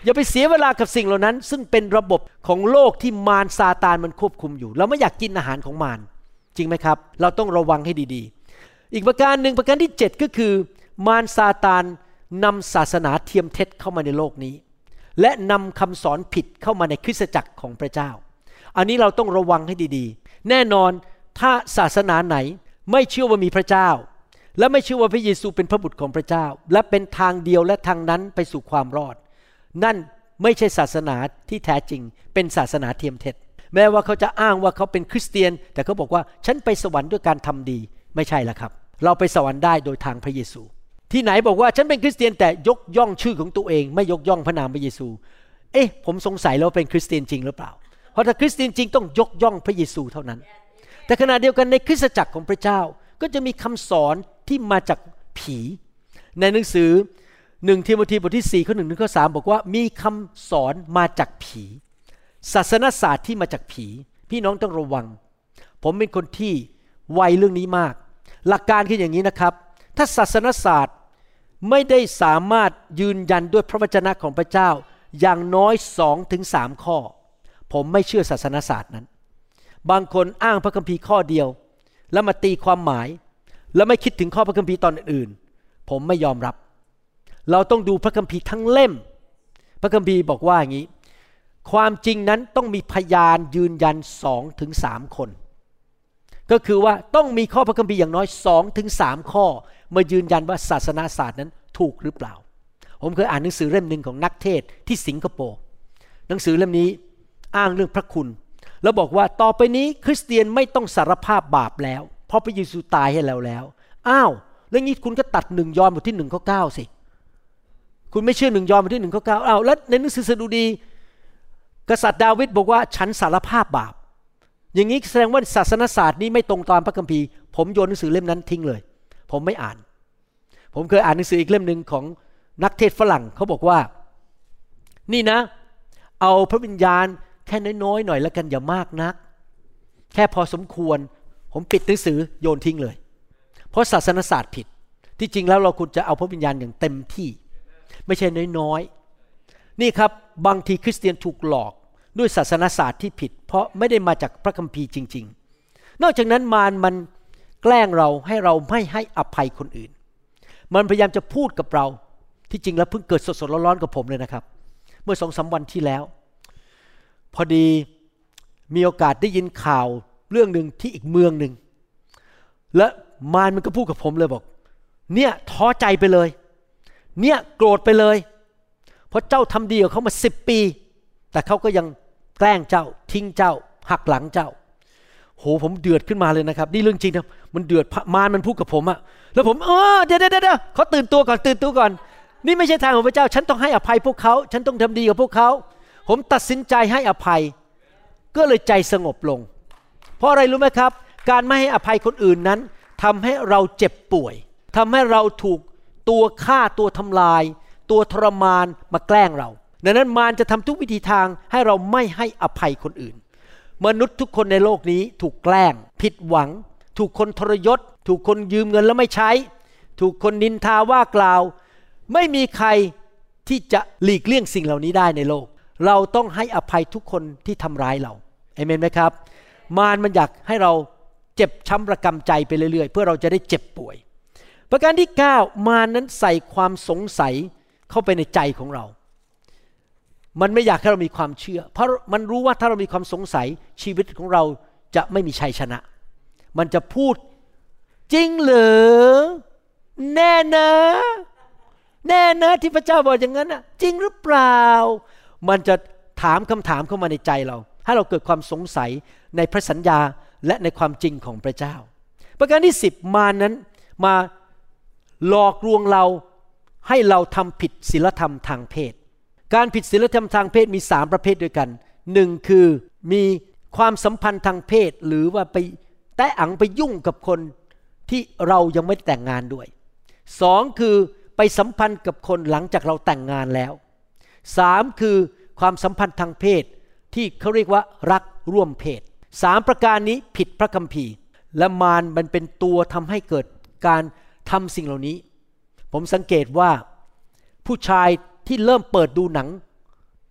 อย่าไปเสียเวลากับสิ่งเหล่านั้นซึ่งเป็นระบบของโลกที่มารซาตานมันควบคุมอยู่เราไม่อยากกินอาหารของมารจริงไหมครับเราต้องระวังให้ดีๆอีกประการหนึ่งประการที่เจ็ดก็คือมารซาตานนำศาสนาเทียมเท็จเข้ามาในโลกนี้และนำคำสอนผิดเข้ามาในคริสตจักรของพระเจ้าอันนี้เราต้องระวังให้ดีๆแน่นอนถ้าศาสนาไหนไม่เชื่อว่ามีพระเจ้าและไม่เชื่อว่าพระเยซูเป็นพระบุตรของพระเจ้าและเป็นทางเดียวและทางนั้นไปสู่ความรอดนั่นไม่ใช่ศาสนาที่แท้จริงเป็นศาสนาเทียมเท็จแม้ว่าเขาจะอ้างว่าเขาเป็นคริสเตียนแต่เขาบอกว่าฉันไปสวรรค์ด้วยการทำดีไม่ใช่ละครับเราไปสวรรค์ได้โดยทางพระเยซูที่ไหนบอกว่าฉันเป็นคริสเตียนแต่ยกย่องชื่อของตัวเองไม่ยกย่องพระนามพระเยซูเอ๊ะผมสงสัยแล้วเป็นคริสเตียนจริงหรือเปล่าเพราะถ้าคริสเตียนจริงต้องยกย่องพระเยซูเท่านั้นแต่ขณะเดียวกันในคริสตจักรของพระเจ้าก็จะมีคำสอนที่มาจากผีในหนังสือหนึ่งทิโมธีบทที่สี่ข้อหนึ่งถึงข้อสามบอกว่ามีคำสอนมาจากผีศาสนศาสตร์ที่มาจากผีพี่น้องต้องระวังผมเป็นคนที่ไวเรื่องนี้มากหลักการคืออย่างนี้นะครับถ้าศาสนศาสตร์ไม่ได้สามารถยืนยันด้วยพระวจนะของพระเจ้าอย่างน้อย สองถึงสาม ข้อผมไม่เชื่อศาสนศาสตร์นั้นบางคนอ้างพระคัมภีร์ข้อเดียวแล้วมาตีความหมายแล้วไม่คิดถึงข้อพระคัมภีร์ตอนอื่นๆผมไม่ยอมรับเราต้องดูพระคัมภีร์ทั้งเล่มพระคัมภีร์บอกว่าอย่างนี้ความจริงนั้นต้องมีพยานยืนยัน สองถึงสาม คนก็คือว่าต้องมีข้อพระคัมภีร์อย่างน้อย สองถึงสาม ข้อมายืนยันว่าศาสนาศาสตร์นั้นถูกหรือเปล่าผมเคยอ่านหนังสือเล่มนึงของนักเทศที่สิงคโปร์หนังสือเล่มนี้อ้างเรื่องพระคุณแล้วบอกว่าต่อไปนี้คริสเตียนไม่ต้องสารภาพบาปแล้วเพราะพระเยซูตายให้เราแล้วอ้าวแล้วงี้คุณก็ตัดหนึ่งยอห์นบทที่หนึ่งข้อเก้าสิคุณไม่เชื่อหนึ่งยอห์นบทที่หนึ่งข้อเก้าอ้าวแล้วในหนังสือสดุดีกษัตริย์ดาวิดบอกว่าฉันสารภาพบาปอย่างนี้แสดงว่าศาสนศาสตร์นี้ไม่ตรงตามพระคัมภีร์ผมโยนหนังสือเล่มนั้นทิ้งเลยผมไม่อ่านผมเคยอ่านหนังสืออีกเล่มนึงของนักเทศฝรั่งเขาบอกว่านี่นะเอาพระวิญญาณแค่น้อยๆหน่อยแล้วกันอย่ามากนักแค่พอสมควรผมปิดหนังสือโยนทิ้งเลยเพราะศาสนศาสตร์ผิดที่จริงแล้วเราควรจะเอาพระวิญญาณอย่างเต็มที่ไม่ใช่น้อยๆนี่ครับบางทีคริสเตียนถูกหลอกด้วยศาสนศาสตร์ที่ผิดเพราะไม่ได้มาจากพระคัมภีร์จริงๆนอกจากนั้นมารมันแกล้งเราให้เราไม่ให้อภัยคนอื่นมันพยายามจะพูดกับเราที่จริงแล้วเพิ่งเกิดสดๆร้อนๆกับผมเลยนะครับเมื่อ สองสาม วันที่แล้วพอดีมีโอกาสได้ยินข่าวเรื่องนึงที่อีกเมืองนึงและมารมันก็พูดกับผมเลยบอกเนี่ยท้อใจไปเลยเนี่ยโกรธไปเลยเพราะเจ้าทำดีกับเขามาสิบปีแต่เขาก็ยังแกล้งเจ้าทิ้งเจ้าหักหลังเจ้าโหผมเดือดขึ้นมาเลยนะครับนี่เรื่องจริงนะมันเดือดมารมันพูดกับผมอะแล้วผมเออเดี๋ยวเดี๋ยวเดี๋ยวเขาตื่นตัวก่อนตื่นตัวก่อนนี่ไม่ใช่ทางของพระเจ้าฉันต้องให้อภัยพวกเขาฉันต้องทำดีกับพวกเขาผมตัดสินใจให้อภัยก็เลยใจสงบลงเพราะอะไรรู้ไหมครับการไม่ให้อภัยคนอื่นนั้นทำให้เราเจ็บป่วยทำให้เราถูกตัวฆ่าตัวทำลายตัวทรมานมาแกล้งเราดังนั้นมารจะทำทุกวิธีทางให้เราไม่ให้อภัยคนอื่นมนุษย์ทุกคนในโลกนี้ถูกแกล้งผิดหวังถูกคนทรยศถูกคนยืมเงินแล้วไม่ใช้ถูกคนนินทาว่ากล่าวไม่มีใครที่จะหลีกเลี่ยงสิ่งเหล่านี้ได้ในโลกเราต้องให้อภัยทุกคนที่ทำร้ายเราเอเมนไหมครับมารมันอยากให้เราเจ็บช้ำระกำใจไปเรื่อยๆเพื่อเราจะได้เจ็บป่วยประการที่เก้ามารนั้นใส่ความสงสัยเข้าไปในใจของเรามันไม่อยากให้เรามีความเชื่อเพราะมันรู้ว่าถ้าเรามีความสงสัยชีวิตของเราจะไม่มีชัยชนะมันจะพูดจริงเหรอแน่นะแน่นะที่พระเจ้าบอกอย่างนั้นน่ะจริงหรือเปล่ามันจะถามคำถามเข้ามาในใจเราให้เราเกิดความสงสัยในพระสัญญาและในความจริงของพระเจ้าประการที่สิบมารนั้นมาหลอกลวงเราให้เราทำผิดศีลธรรมทางเพศการผิดศีลธรรมทางเพศมีสามประเภทด้วยกันหนึ่งคือมีความสัมพันธ์ทางเพศหรือว่าไปแตะอังไปยุ่งกับคนที่เรายังไม่แต่งงานด้วยสองคือไปสัมพันธ์กับคนหลังจากเราแต่งงานแล้วสามคือความสัมพันธ์ทางเพศที่เขาเรียกว่ารักร่วมเพศสามประการนี้ผิดพระคัมภีร์และมารมันเป็นตัวทำให้เกิดการทำสิ่งเหล่านี้ผมสังเกตว่าผู้ชายที่เริ่มเปิดดูหนัง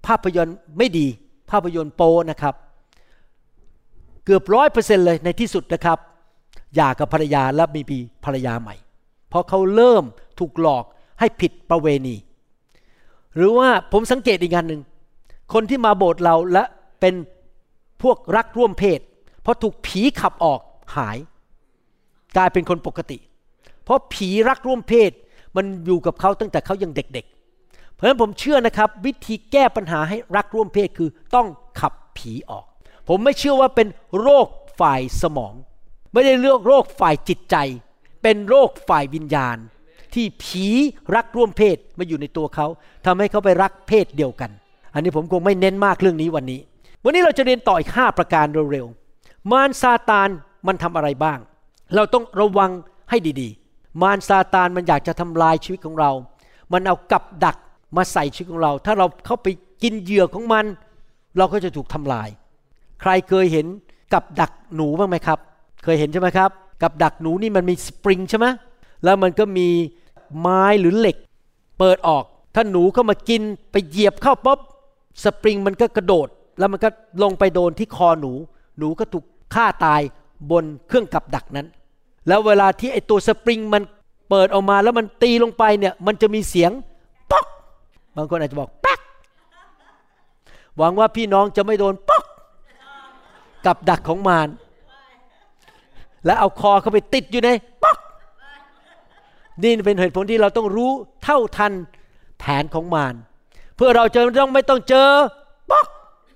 ภาพยนตร์ไม่ดีภาพยนตร์โป๊นะครับเกือบร้อยเปอร์เซ็นต์เลยในที่สุดนะครับหย่ากับภรรยาและมีภรรยาใหม่เพราะเขาเริ่มถูกหลอกให้ผิดประเวณีหรือว่าผมสังเกตอีกงานหนึ่งคนที่มาโบสถ์เราและเป็นพวกรักร่วมเพศพอถูกผีขับออกหายกลายเป็นคนปกติเพราะผีรักร่วมเพศมันอยู่กับเขาตั้งแต่เขายังเด็กๆเพราะฉะนั้นผมเชื่อนะครับวิธีแก้ปัญหาให้รักร่วมเพศคือต้องขับผีออกผมไม่เชื่อว่าเป็นโรคฝ่ายสมองไม่ได้เลือกโรคฝ่ายจิตใจเป็นโรคฝ่ายวิญญาณที่ผีรักร่วมเพศมาอยู่ในตัวเขาทำให้เขาไปรักเพศเดียวกันอันนี้ผมคงไม่เน้นมากเรื่องนี้วันนี้วันนี้เราจะเรียนต่ออีกห้าประการเร็วๆมารซาตานมันทำอะไรบ้างเราต้องระวังให้ดีๆมารซาตานมันอยากจะทำลายชีวิตของเรามันเอากับดักมาใส่ชีวิตของเราถ้าเราเข้าไปกินเหยื่อของมันเราก็จะถูกทำลายใครเคยเห็นกับดักหนูบ้างไหมครับเคยเห็นใช่ไหมครับกับดักหนูนี่มันมีสปริงใช่ไหมแล้วมันก็มีไม้หรือเหล็กเปิดออกถ้าหนูเข้ามากินไปเหยียบเข้าป๊อบสปริงมันก็กระโดดแล้วมันก็ลงไปโดนที่คอหนูหนูก็ถูกฆ่าตายบนเครื่องกับดักนั้นแล้วเวลาที่ไอ้ตัวสปริงมันเปิดออกมาแล้วมันตีลงไปเนี่ยมันจะมีเสียงป๊อกบางคนอาจจะบอกแป๊กหวังว่าพี่น้องจะไม่โดนป๊อกกับดักของมารแล้วเอาคอเข้าไปติดอยู่ในป๊อกนี่เป็นเหตุผลที่เราต้องรู้เท่าทันแผนของมารเพื่อเราจะต้องไม่ต้องเจอป๊อก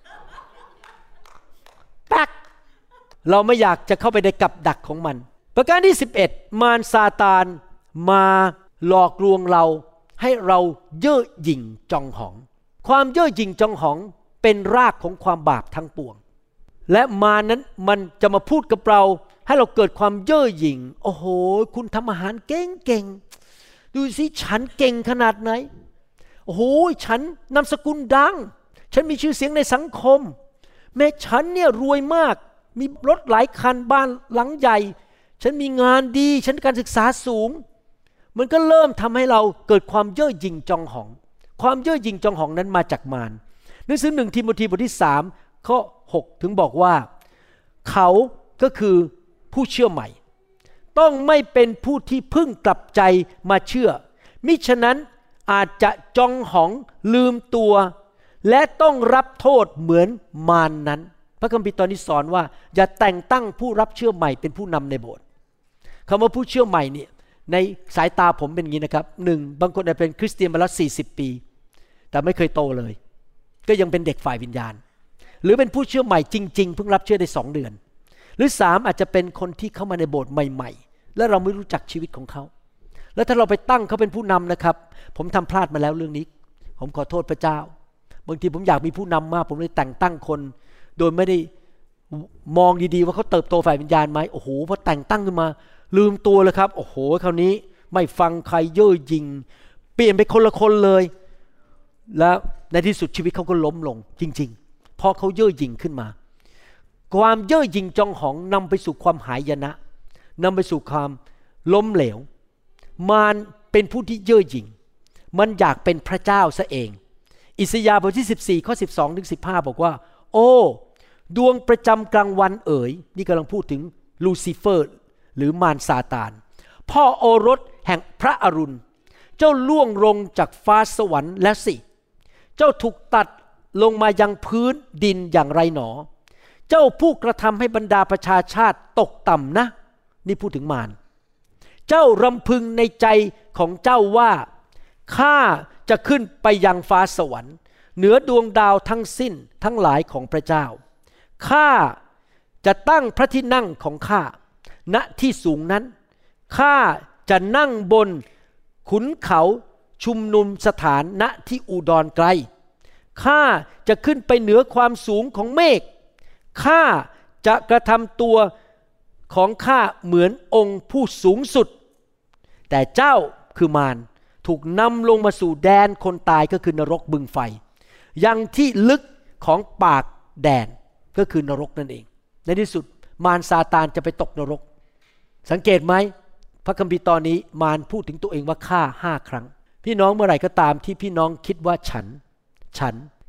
แป๊กเราไม่อยากจะเข้าไปในกับดักของมันประการที่สิบเอ็ดมารซาตานมาหลอกลวงเราให้เราเย่อหยิ่งจองหองความเย่อหยิ่งจองหองเป็นรากของความบาปทั้งปวงและมารนั้นมันจะมาพูดกับเราให้เราเกิดความเย่อหยิ่งโอ้โหคุณทำอาหารเก่งๆดูสิฉันเก่งขนาดไหนโอ้โหฉันนามสกุลดังฉันมีชื่อเสียงในสังคมแม้ฉันเนี่ยรวยมากมีรถหลายคันบ้านหลังใหญ่ฉันมีงานดีฉันการศึกษาสูงมันก็เริ่มทำให้เราเกิดความเย่อหยิ่งจองหองความเย่อหยิ่งจองหองนั้นมาจากมารหนังสือหนึ่งทิโมธีบทที่สามข้อหกถึงบอกว่าเขาก็คือผู้เชื่อใหม่ต้องไม่เป็นผู้ที่เพิ่งกลับใจมาเชื่อมิฉะนั้นอาจจะจองหองลืมตัวและต้องรับโทษเหมือนมาร น, นั้นพระคัมภีร์ตอนนี้สอนว่าอย่าแต่งตั้งผู้รับเชื่อใหม่เป็นผู้นำในโบสถ์คำว่าผู้เชื่อใหม่เนี่ยในสายตาผมเป็นอย่างนี้นะครับหนึ่งบางคนอาจเป็นคริสเตียนมาแล้วสี่สิบปีแต่ไม่เคยโตเลยก็ยังเป็นเด็กฝ่ายวิญญาณหรือเป็นผู้เชื่อใหม่จริงๆเพิ่งรับเชื่อได้สองเดือนหรือสามอาจจะเป็นคนที่เข้ามาในโบสถ์ใหม่ๆและเราไม่รู้จักชีวิตของเขาแล้วถ้าเราไปตั้งเขาเป็นผู้นำนะครับผมทำพลาดมาแล้วเรื่องนี้ผมขอโทษพระเจ้าบางทีผมอยากมีผู้นำมากผมเลยแต่งตั้งคนโดยไม่ได้มองดีๆว่าเขาเติบโตฝ่ายวิญญาณไหมโอ้โหพอแต่งตั้งขึ้นมาลืมตัวเลยครับโอ้โหคราวนี้ไม่ฟังใครเย่อหยิ่งเปลี่ยนไปคนละคนเลยแล้วในที่สุดชีวิตเขาก็ล้มลงจริงๆเพราะเขาเย่อหยิ่งขึ้นมาความเย่อหยิ่งจองหองนำไปสู่ความหายนะนำไปสู่ความล้มเหลวมารเป็นผู้ที่เย่อหยิ่งมันอยากเป็นพระเจ้าซะเองอิสยาห์บทที่สิบสี่ข้อสิบสองถึงสิบห้าบอกว่าโอ้ดวงประจำกลางวันเอ๋ยนี่กำลังพูดถึงลูซิเฟอร์หรือมารซาตานพ่อโอรสแห่งพระอรุณเจ้าล่วงลงจากฟ้าสวรรค์แล้วสิเจ้าถูกตัดลงมายังพื้นดินอย่างไรหนอเจ้าผู้กระทำให้บรรดาประชาชาติตกต่ำนะนี่พูดถึงมารเจ้ารำพึงในใจของเจ้าว่าข้าจะขึ้นไปยังฟ้าสวรรค์เหนือดวงดาวทั้งสิ้นทั้งหลายของพระเจ้าข้าจะตั้งพระที่นั่งของข้าณที่สูงนั้นข้าจะนั่งบนขุนเขาชุมนุมสถานณที่อุดรไกลข้าจะขึ้นไปเหนือความสูงของเมฆข้าจะกระทำตัวของข้าเหมือนองค์ผู้สูงสุดแต่เจ้าคือมารถูกนำลงมาสู่แดนคนตายก็คือนรกบึงไฟยังที่ลึกของปากแดนก็คือนรกนั่นเองในที่สุดมารซาตานจะไปตกนรกสังเกตไหมพระคัมภีร์ตอนนี้มารพูดถึงตัวเองว่าข้าห้าครั้งพี่น้องเมื่อไหร่ก็ตามที่พี่น้องคิดว่าฉันฉัน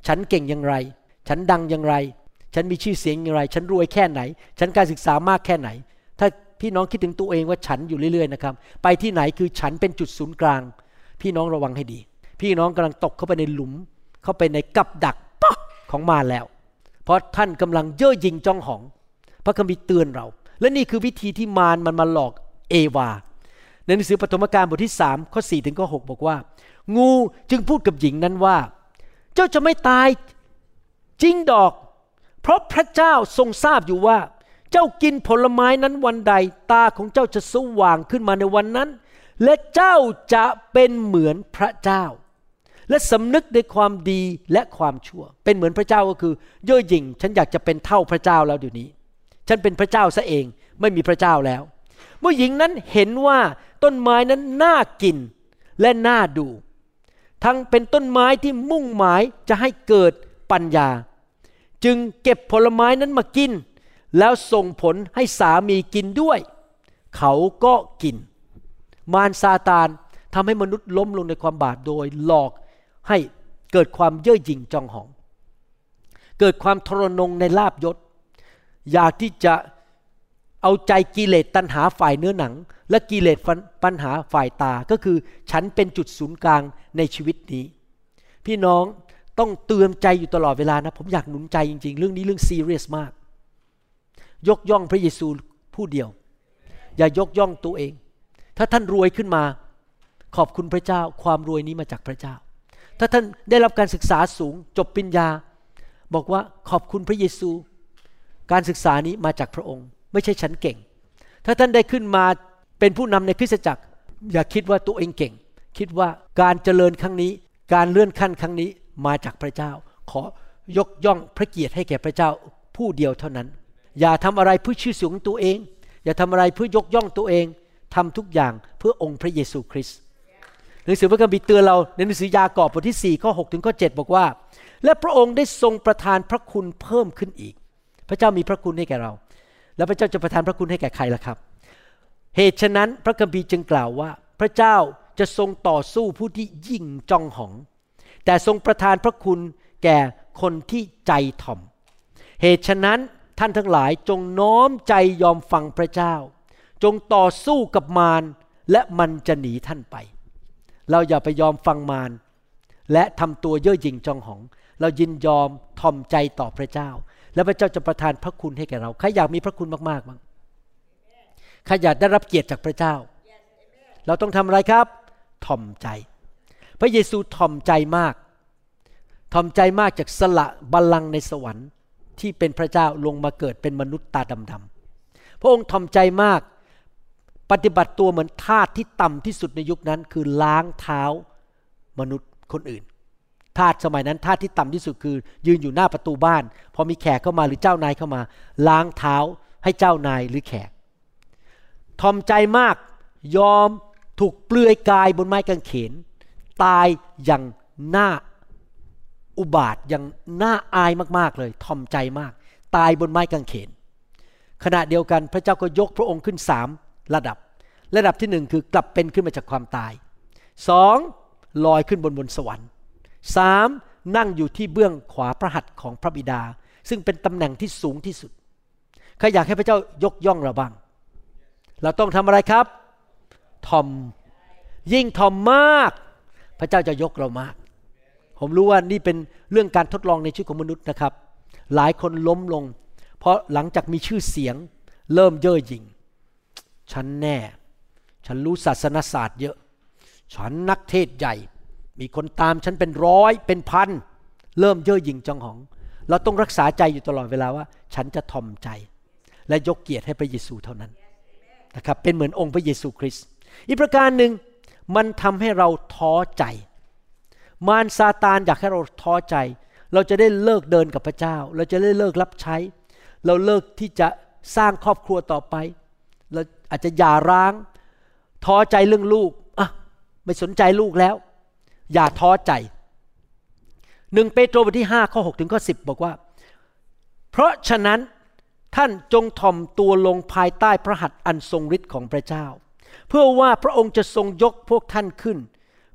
ฉันเก่งอย่างไรฉันดังอย่างไรฉันมีชื่อเสียงอย่างไรฉันรวยแค่ไหนฉันการศึกษามากแค่ไหนถ้าพี่น้องคิดถึงตัวเองว่าฉันอยู่เรื่อยๆนะครับไปที่ไหนคือฉันเป็นจุดศูนย์กลางพี่น้องระวังให้ดีพี่น้องกำลังตกเข้าไปในหลุมเข้าไปในกับดักป๊อกของมารแล้วเพราะท่านกำลังเย่อหยิ่งจองหองพระคัมภีร์เตือนเราและนี่คือวิธีที่มารมันมาหลอกเอวาในหนังสือปฐมกาลบทที่สามข้อสี่ถึงข้อหกบอกว่างูจึงพูดกับหญิงนั้นว่าเจ้าจะไม่ตายจริงดอกเพราะพระเจ้าทรงทราบอยู่ว่าเจ้ากินผลไม้นั้นวันใดตาของเจ้าจะสว่างขึ้นมาในวันนั้นและเจ้าจะเป็นเหมือนพระเจ้าและสำนึกในความดีและความชั่วเป็นเหมือนพระเจ้าก็คือเย่อหยิ่งฉันอยากจะเป็นเท่าพระเจ้าแล้วเดี๋ยวนี้ฉันเป็นพระเจ้าซะเองไม่มีพระเจ้าแล้วเมื่อหญิงนั้นเห็นว่าต้นไม้นั้นน่ากินและน่าดูทั้งเป็นต้นไม้ที่มุ่งหมายจะให้เกิดปัญญาจึงเก็บผลไม้นั้นมากินแล้วส่งผลให้สามีกินด้วยเขาก็กินมารซาตานทำให้มนุษย์ล้มลงในความบาปโดยหลอกให้เกิดความเย่อหยิ่งจองหองเกิดความทรนงในลาภยศอยากที่จะเอาใจกิเลสตัณหาฝ่ายเนื้อหนังและกิเลสปัญหาฝ่ายตาก็คือฉันเป็นจุดศูนย์กลางในชีวิตนี้พี่น้องต้องเตือนใจอยู่ตลอดเวลานะผมอยากหนุนใจจริงๆเรื่องนี้เรื่องซีเรียสมากยกย่องพระเยซูผู้เดียวอย่ายกย่องตัวเองถ้าท่านรวยขึ้นมาขอบคุณพระเจ้าความรวยนี้มาจากพระเจ้าถ้าท่านได้รับการศึกษาสูงจบปริญญาบอกว่าขอบคุณพระเยซูการศึกษานี้มาจากพระองค์ไม่ใช่ฉันเก่งถ้าท่านได้ขึ้นมาเป็นผู้นำในคริสตจักรอย่าคิดว่าตัวเองเก่งคิดว่าการเจริญครั้งนี้การเลื่อนขั้นครั้งนี้มาจากพระเจ้าขอยกย่องพระเกียรติให้แก่พระเจ้าผู้เดียวเท่านั้นอย่าทำอะไรเพื่อชื่อเสียงของตัวเองอย่าทำอะไรเพื่อยกย่องตัวเองทำทุกอย่างเพื่อองค์พระเยซูคริสต์หนังสือพระคัมภีร์เตือนเราในหนังสือยากอบบทที่สี่ข้อหกถึงข้อเจ็ดบอกว่าและพระองค์ได้ทรงประทานพระคุณเพิ่มขึ้นอีกพระเจ้ามีพระคุณให้แก่เราแล้วพระเจ้าจะประทานพระคุณให้แก่ใครล่ะครับเหตุฉะนั้นพระคัมภีร์จึงกล่าวว่าพระเจ้าจะทรงต่อสู้ผู้ที่ยิ่งจองหองแต่ทรงประทานพระคุณแก่คนที่ใจถ่อมเหตุฉะนั้นท่านทั้งหลายจงน้อมใจยอมฟังพระเจ้าจงต่อสู้กับมารและมันจะหนีท่านไปเราอย่าไปยอมฟังมารและทำตัวเย่อหยิ่งจองหองเรายินยอมถ่อมใจต่อพระเจ้าและพระเจ้าจะประทานพระคุณให้แก่เราใครอยากมีพระคุณมากๆบ้างใครอยากได้รับเกียรติจากพระเจ้า yes, เราต้องทำอะไรครับถ่อมใจพระเยซูถ่อมใจมากถ่อมใจมากจากสละบัลลังก์ในสวรรค์ที่เป็นพระเจ้าลงมาเกิดเป็นมนุษย์ตาดำๆพระองค์ถ่อมใจมากปฏิบัติตัวเหมือนทาสที่ต่ำที่สุดในยุคนั้นคือล้างเท้ามนุษย์คนอื่นทาสสมัยนั้นทาสที่ต่ำที่สุดคือยืนอยู่หน้าประตูบ้านพอมีแขกเข้ามาหรือเจ้านายเข้ามาล้างเท้าให้เจ้านายหรือแขกถ่อมใจมากยอมถูกเปลือยกายบนไม้กางเขนตายอย่างน่าอุบาทอย่างน่าอายมากๆเลยถ่อมใจมากตายบนไม้กางเขนขณะเดียวกันพระเจ้าก็ยกพระองค์ขึ้นสามระดับระดับที่หนึ่งคือกลับเป็นขึ้นมาจากความตายสองลอยขึ้นบนบนสวรรค์สามนั่งอยู่ที่เบื้องขวาพระหัตถ์ของพระบิดาซึ่งเป็นตำแหน่งที่สูงที่สุดใครอยากให้พระเจ้ายกย่องเราบ้างเราต้องทำอะไรครับถ่อมยิ่งถ่อมมากพระเจ้าจะยกเรามากผมรู้ว่านี่เป็นเรื่องการทดลองในชีวิตของมนุษย์นะครับหลายคนล้มลงเพราะหลังจากมีชื่อเสียงเริ่มเย่อหยิ่งฉันแน่ฉันรู้ศาสนศาสตร์เยอะฉันนักเทศใหญ่มีคนตามฉันเป็นร้อยเป็นพันเริ่มเย่อหยิ่งจองหองเราต้องรักษาใจอยู่ตลอดเวลาว่าฉันจะถ่อมใจและยกเกียรติให้พระเยซูเท่านั้นนะครับเป็นเหมือนองค์พระเยซูคริสต์อีกประการหนึ่งมันทำให้เราท้อใจมารซาตานอยากให้เราท้อใจเราจะได้เลิกเดินกับพระเจ้าเราจะได้เลิกรับใช้เราเลิกที่จะสร้างครอบครัวต่อไปเราอาจจะหย่าร้างท้อใจเรื่องลูกอ่ะไม่สนใจลูกแล้วอย่าท้อใจหนึ่งเปโตรบทที่ห้าข้อหกถึงข้อสิบบอกว่าเพราะฉะนั้นท่านจงถ่อมตัวลงภายใต้พระหัตถ์อันทรงฤทธิ์ของพระเจ้าเพื่อว่าพระองค์จะทรงยกพวกท่านขึ้น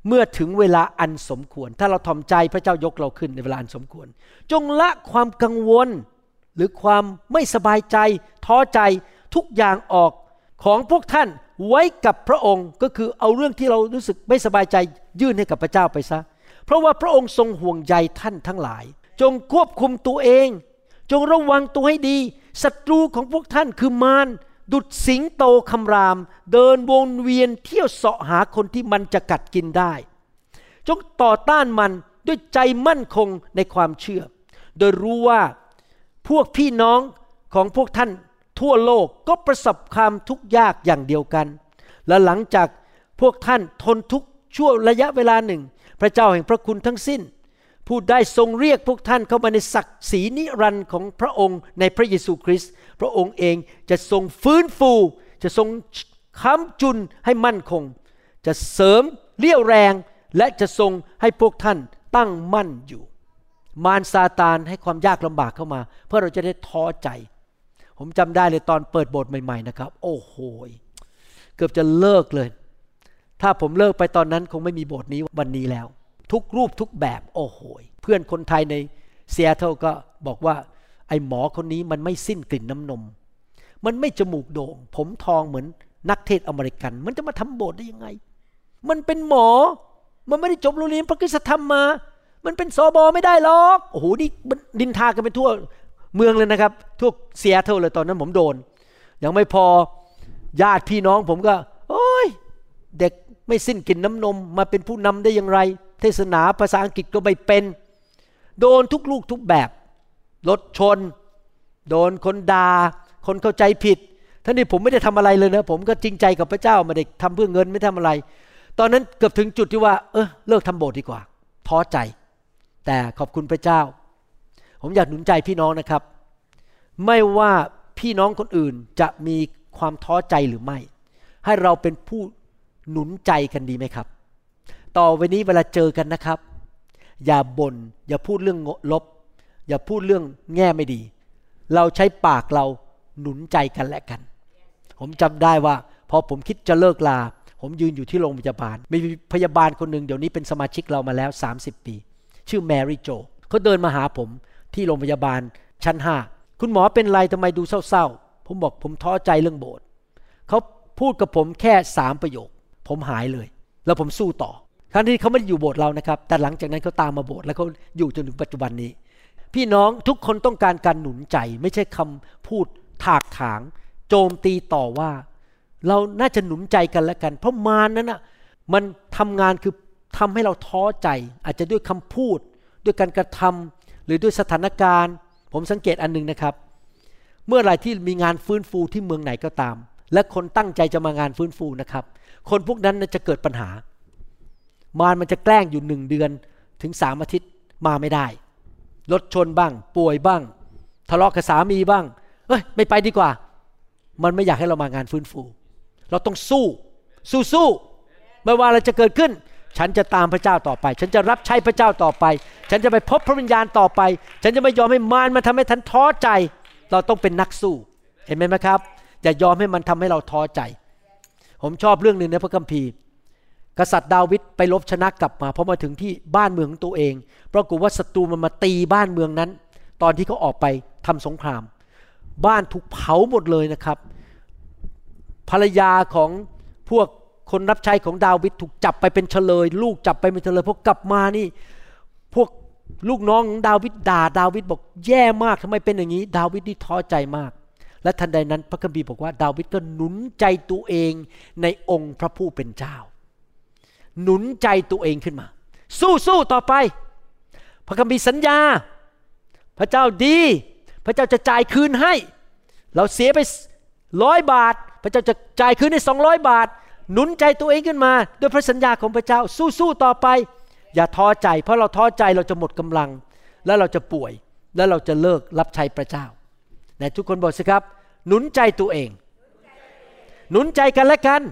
เมื่อถึงเวลาอันสมควรถ้าเราถ่อมใจพระเจ้ายกเราขึ้นในเวลาอันสมควรจงละความกังวลหรือความไม่สบายใจท้อใจทุกอย่างออกของพวกท่านไว้กับพระองค์ก็คือเอาเรื่องที่เรารู้สึกไม่สบายใจยื่นให้กับพระเจ้าไปซะเพราะว่าพระองค์ทรงห่วงใยท่านทั้งหลายจงควบคุมตัวเองจงระวังตัวให้ดีศัตรูของพวกท่านคือมารดุจสิงโตคำรามเดินวนเวียนเที่ยวเสาะหาคนที่มันจะกัดกินได้จงต่อต้านมันด้วยใจมั่นคงในความเชื่อโดยรู้ว่าพวกพี่น้องของพวกท่านทั่วโลกก็ประสบความทุกข์ยากอย่างเดียวกันและหลังจากพวกท่านทนทุกข์ชั่วระยะเวลาหนึ่งพระเจ้าแห่งพระคุณทั้งสิ้นผู้ได้ทรงเรียกพวกท่านเข้ามาในศักดิ์ศรีนิรันดร์ของพระองค์ในพระเยซูคริสต์พระองค์เองจะทรงฟื้นฟูจะทรงค้ำจุนให้มั่นคงจะเสริมเรี่ยวแรงและจะทรงให้พวกท่านตั้งมั่นอยู่มารซาตานให้ความยากลำบากเข้ามาเพื่อเราจะได้ท้อใจผมจำได้เลยตอนเปิดโบสถ์ใหม่ๆนะครับโอ้โหเกือบจะเลิกเลยถ้าผมเลิกไปตอนนั้นคงไม่มีโบสถ์นี้วันนี้แล้วทุกรูปทุกแบบโอ้โหเพื่อนคนไทยในซีแอตเทิลก็บอกว่าไอ้หมอคนนี้มันไม่สิ้นกลิ่นน้ำนมมันไม่จมูกโด่งผมทองเหมือนนักเทศอเมริกันมันจะมาทำโบสถ์ได้ยังไงมันเป็นหมอมันไม่ได้จบโรงเรียนพระคริสตธรรมมามันเป็นสบไม่ได้หรอกโอ้โหนี่ดินทากันไปทั่วเมืองเลยนะครับทั่วซีแอตเทิลเลยตอนนั้นผมโดนยังไม่พอญาติพี่น้องผมก็โอ้ยเด็กไม่สิ้นกลิ่นน้ำนมมาเป็นผู้นำได้อย่างไรเทศนาภาษาอังกฤษก็ไม่เป็นโดนทุกลูกทุกแบบรถชนโดนคนด่าคนเข้าใจผิดทั้งที่ผมไม่ได้ทำอะไรเลยนะผมก็จริงใจกับพระเจ้าไม่ได้ทำเพื่อเงินไม่ทำอะไรตอนนั้นเกือบถึงจุดที่ว่าเออเลิกทำโบสถ์ดีกว่าท้อใจแต่ขอบคุณพระเจ้าผมอยากหนุนใจพี่น้องนะครับไม่ว่าพี่น้องคนอื่นจะมีความท้อใจหรือไม่ให้เราเป็นผู้หนุนใจกันดีไหมครับต่อไปนี้เวลาเจอกันนะครับอย่าบ่นอย่าพูดเรื่องลบอย่าพูดเรื่องแง่ไม่ดีเราใช้ปากเราหนุนใจกันและกันผมจำได้ว่าพอผมคิดจะเลิกลาผมยืนอยู่ที่โรงพยาบาลมีพยาบาลคนหนึ่งเดี๋ยวนี้เป็นสมาชิกเรามาแล้วสามสิบปีชื่อแมรี่โจเขาเดินมาหาผมที่โรงพยาบาลชั้นห้าคุณหมอเป็นไรทำไมดูเศร้าๆผมบอกผมท้อใจเรื่องโบสถ์เขาพูดกับผมแค่สามประโยคผมหายเลยแล้วผมสู้ต่อทั้งที่เขาไม่ได้อยู่โบสถ์เรานะครับแต่หลังจากนั้นเขาตามมาโบสถ์แล้วเขาอยู่จนถึงปัจจุบันนี้พี่น้องทุกคนต้องการการหนุนใจไม่ใช่คำพูดถากถางโจมตีต่อว่าเราน่าจะหนุนใจกันและกันเพราะมารนั้นน่ะมันทำงานคือทำให้เราท้อใจอาจจะด้วยคำพูดด้วยการกระทำหรือด้วยสถานการณ์ผมสังเกตอันนึงนะครับเมื่อไหร่ที่มีงานฟื้นฟูที่เมืองไหนก็ตามและคนตั้งใจจะมางานฟื้นฟูนะครับคนพวกนั้นจะเกิดปัญหามารมันจะแกล้งอยู่หนึ่งเดือนถึงสามอาทิตย์มาไม่ได้รถชนบ้างป่วยบ้างทะเลาะกับสามีบ้างเอ้ยไม่ไปดีกว่ามันไม่อยากให้เรามางานฟื้นฟูเราต้องสู้สู้สู้ไม่ว่าอะไรจะเกิดขึ้นฉันจะตามพระเจ้าต่อไปฉันจะรับใช้พระเจ้าต่อไปฉันจะไปพบพระวิญญาณต่อไปฉันจะไม่ยอมให้มารมาทำให้ท่านท้อใจเราต้องเป็นนักสู้เห็นไหมครับอย่ายอมให้มันทำให้เราท้อใจผมชอบเรื่องนึงในพระคัมภีร์กษัตริย์ดาวิดไปรบชนะกลับมาพอมาถึงที่บ้านเมืองของตัวเองปรากฏว่าศัตรูมันมาตีบ้านเมืองนั้นตอนที่เขาออกไปทำสงครามบ้านถูกเผาหมดเลยนะครับภรรยาของพวกคนรับใช้ของดาวิดถูกจับไปเป็นเฉลยลูกจับไปเป็นเฉลยพอกลับมานี่พวกลูกน้องของดาวิดด่าดาวิดบอกแย่มากทำไมเป็นอย่างนี้ดาวิดนี่ท้อใจมากและทันใดนั้นพระคัมภีร์บอกว่าดาวิดก็หนุนใจตัวเองในองค์พระผู้เป็นเจ้าหนุนใจตัวเองขึ้นมาสู้ๆต่อไปพระคัมภีร์สัญญาพระเจ้าดีพระเจ้าจะจ่ายคืนให้เราเสียไปร้อยบาทพระเจ้าจะจ่ายคืนให้สองร้อยบาทหนุนใจตัวเองขึ้นมาด้วยพระสัญญาของพระเจ้าสู้ๆต่อไปอย่าท้อใจเพราะเราท้อใจเราจะหมดกำลังและเราจะป่วยและเราจะเลิกรับใช้พระเจ้าแต่ทุกคนบอกสิครับหนุนใจตัวเองหนุนใจกันและกัน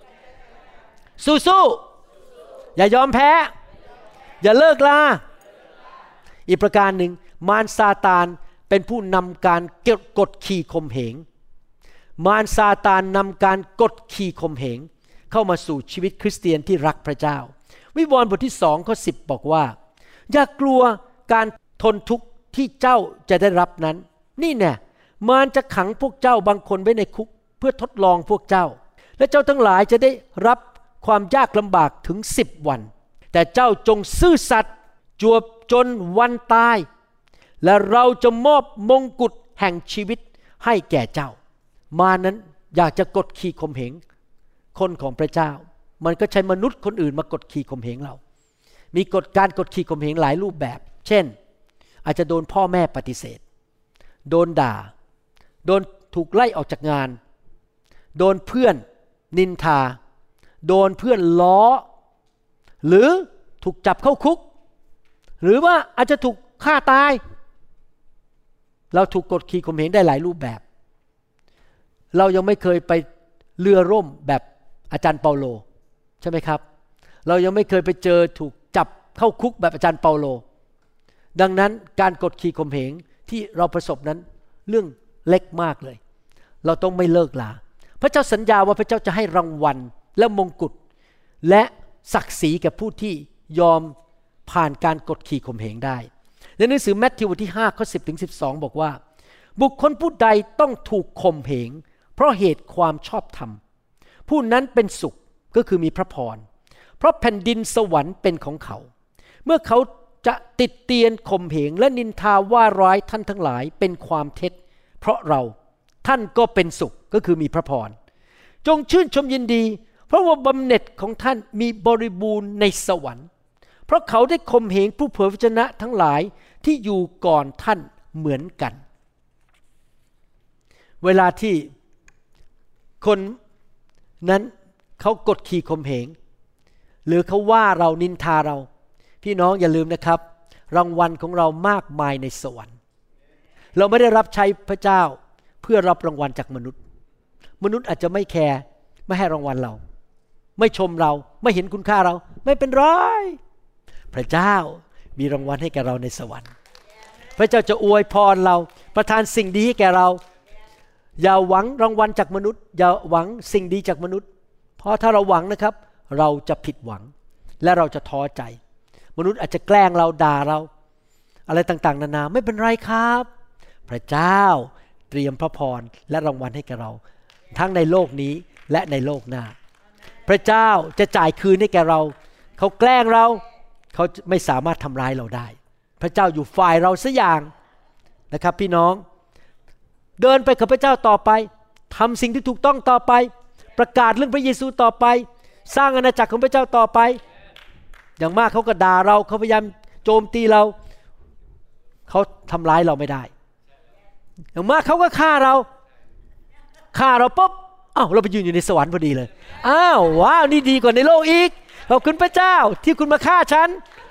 สู้ๆอย่ายอมแพ้อย่าเลิกลาอีกประการหนึ่งมารซาตานเป็นผู้นำการกดขี่ข่มเหงมารซาตานนำการกดขี่ข่มเหงเข้ามาสู่ชีวิตคริสเตียนที่รักพระเจ้าวิวรณ์บทที่สองข้อสิบบอกว่าอย่ากลัวการทนทุกข์ที่เจ้าจะได้รับนั้นนี่แน่มารจะขังพวกเจ้าบางคนไว้ในคุกเพื่อทดลองพวกเจ้าและเจ้าทั้งหลายจะได้รับความยากลำบากถึงสิบวันแต่เจ้าจงซื่อสัตย์จวบจนวันตายและเราจะมอบมงกุฎแห่งชีวิตให้แก่เจ้ามานั้นอยากจะกดขี่ข่มเหงคนของพระเจ้ามันก็ใช้มนุษย์คนอื่นมากดขี่ข่มเหงเรามีกฎการกดขี่ข่มเหงหลายรูปแบบเช่นอาจจะโดนพ่อแม่ปฏิเสธโดนด่าโดนถูกไล่ออกจากงานโดนเพื่อนนินทาโดนเพื่อนล้อหรือถูกจับเข้าคุกหรือว่าอาจจะถูกฆ่าตายเราถูกกดขี่ข่มเหงได้หลายรูปแบบเรายังไม่เคยไปเรือร่มแบบอาจารย์เปาโลใช่ไหมครับเรายังไม่เคยไปเจอถูกจับเข้าคุกแบบอาจารย์เปาโลดังนั้นการกดขี่ข่มเหงที่เราประสบนั้นเรื่องเล็กมากเลยเราต้องไม่เลิกลาพระเจ้าสัญญาว่าพระเจ้าจะให้รางวัลและมงกุฎและศักดิ์ศรีแก่ผู้ที่ยอมผ่านการกดขี่ข่มเหงได้ในหนังสือมัทธิวบทที่ห้าข้อสิบถึงสิบสองบอกว่าบุคคลผู้ใดต้องถูกข่มเหงเพราะเหตุความชอบธรรมผู้นั้นเป็นสุขก็คือมีพระพรเพราะแผ่นดินสวรรค์เป็นของเขาเมื่อเขาจะติดเตียนข่มเหงและนินทาว่าร้ายท่านทั้งหลายเป็นความเท็จเพราะเราท่านก็เป็นสุขก็คือมีพระพรจงชื่นชมยินดีเพราะว่าบำเหน็จของท่านมีบริบูรณ์ในสวรรค์เพราะเขาได้ข่มเหงผู้เผยพระวจนะทั้งหลายที่อยู่ก่อนท่านเหมือนกันเวลาที่คนนั้นเขากดขี่ข่มเหงหรือเขาว่าเรานินทาเราพี่น้องอย่าลืมนะครับรางวัลของเรามากมายในสวรรค์เราไม่ได้รับใช้พระเจ้าเพื่อรับรางวัลจากมนุษย์มนุษย์อาจจะไม่แคร์ไม่ให้รางวัลเราไม่ชมเราไม่เห็นคุณค่าเราไม่เป็นไรพระเจ้ามีรางวัลให้แก่เราในสวรรค์พระเจ้าจะอวยพรเราประทานสิ่งดีให้แก่เราอย่าหวังรางวัลจากมนุษย์อย่าหวังสิ่งดีจากมนุษย์เพราะถ้าเราหวังนะครับเราจะผิดหวังและเราจะท้อใจมนุษย์อาจจะแกล้งเราด่าเราอะไรต่างๆนานาไม่เป็นไรครับพระเจ้าเตรียมพระพรและรางวัลให้แก่เราทั้งในโลกนี้และในโลกหน้าพระเจ้าจะจ่ายคืนให้แก่เราเขาแกล้งเราเขาไม่สามารถทำร้ายเราได้พระเจ้าอยู่ฝ่ายเราสักอย่างนะครับพี่น้องเดินไปกับพระเจ้าต่อไปทำสิ่งที่ถูกต้องต่อไปประกาศเรื่องพระเยซูต่อไปสร้างอาณาจักรของพระเจ้าต่อไปอย่างมากเขาก็ด่าเราเขาพยายามโจมตีเราเขาทำร้ายเราไม่ได้อย่างมากเขาก็ฆ่าเราฆ่าเราปุ๊บอ้าวเราไปยืนอยู่ในสวรรค์พอดีเลยอ้าวว้าวนี่ดีกว่าในโลกอีกขอบคุณพระเจ้าที่คุณมาฆ่าฉัน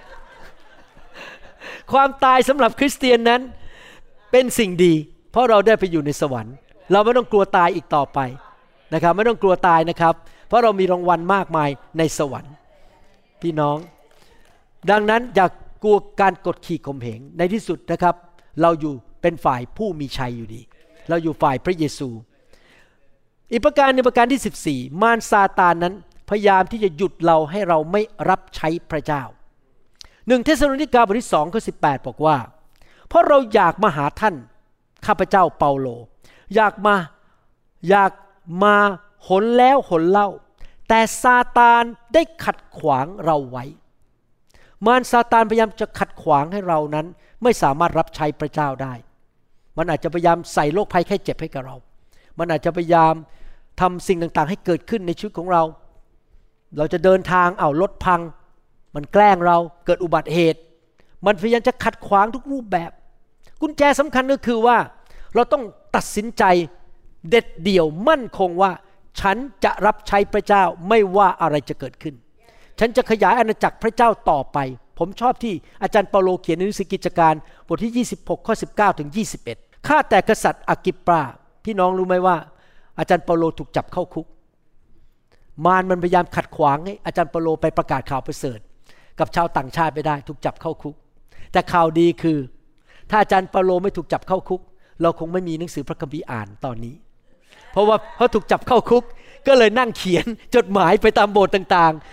ความตายสำหรับคริสเตียนนั้นเป็นสิ่งดีเพราะเราได้ไปอยู่ในสวรรค์เราไม่ต้องกลัวตายอีกต่อไปนะครับไม่ต้องกลัวตายนะครับเพราะเรามีรางวัลมากมายในสวรรค์พี่น้องดังนั้นอย่ากลัวการกดขี่ข่มเหงในที่สุดนะครับเราอยู่เป็นฝ่ายผู้มีชัยอยู่ดีเราอยู่ฝ่ายพระเยซูอีกประการหนึ่งประการที่สิบสี่มารซาตานนั้นพยายามที่จะหยุดเราให้เราไม่รับใช้พระเจ้าหนึ่งเทสโลนิกาบทที่สองข้อสิบแปดบอกว่าเพราะเราอยากมาหาท่านข้าพเจ้าเปาโลอยากมาอยากมาหนแล้วหนเล่าแต่ซาตานได้ขัดขวางเราไว้มารซาตานพยายามจะขัดขวางให้เรานั้นไม่สามารถรับใช้พระเจ้าได้มันอาจจะพยายามใส่โรคภัยไข้เจ็บให้กับเรามันอาจจะพยายามทำสิ่งต่างๆให้เกิดขึ้นในชีวิตของเราเราจะเดินทางเอารถพังมันแกล้งเราเกิดอุบัติเหตุมันพยายามจะขัดขวางทุกรูปแบบกุญแจสำคัญก็คือว่าเราต้องตัดสินใจเด็ดเดี่ยวมั่นคงว่าฉันจะรับใช้พระเจ้าไม่ว่าอะไรจะเกิดขึ้นฉันจะขยายอาณาจักรพระเจ้าต่อไปผมชอบที่อาจารย์เปาโลเขียนในหนังสือกิจการบทที่ยี่สิบหกข้อสิบเก้าถึงยี่สิบเอ็ดข้าแต่กษัตริย์อกิปปาพี่น้องรู้ไหมว่าอาจารย์เปาโลถูกจับเข้าคุกมารมันพยายามขัดขวางให้อาจารย์เปาโลไปประกาศข่าวประเสริฐกับชาวต่างชาติไม่ได้ถูกจับเข้าคุกแต่ข่าวดีคือถ้าอาจารย์เปาโลไม่ถูกจับเข้าคุกเราคงไม่มีหนังสือพระคัมภีร์อ่านตอนนี้เพราะว่าเขาถูกจับเข้าคุกก็เลยนั่งเขียนจดหมายไปตามโบสถ์ต่างๆ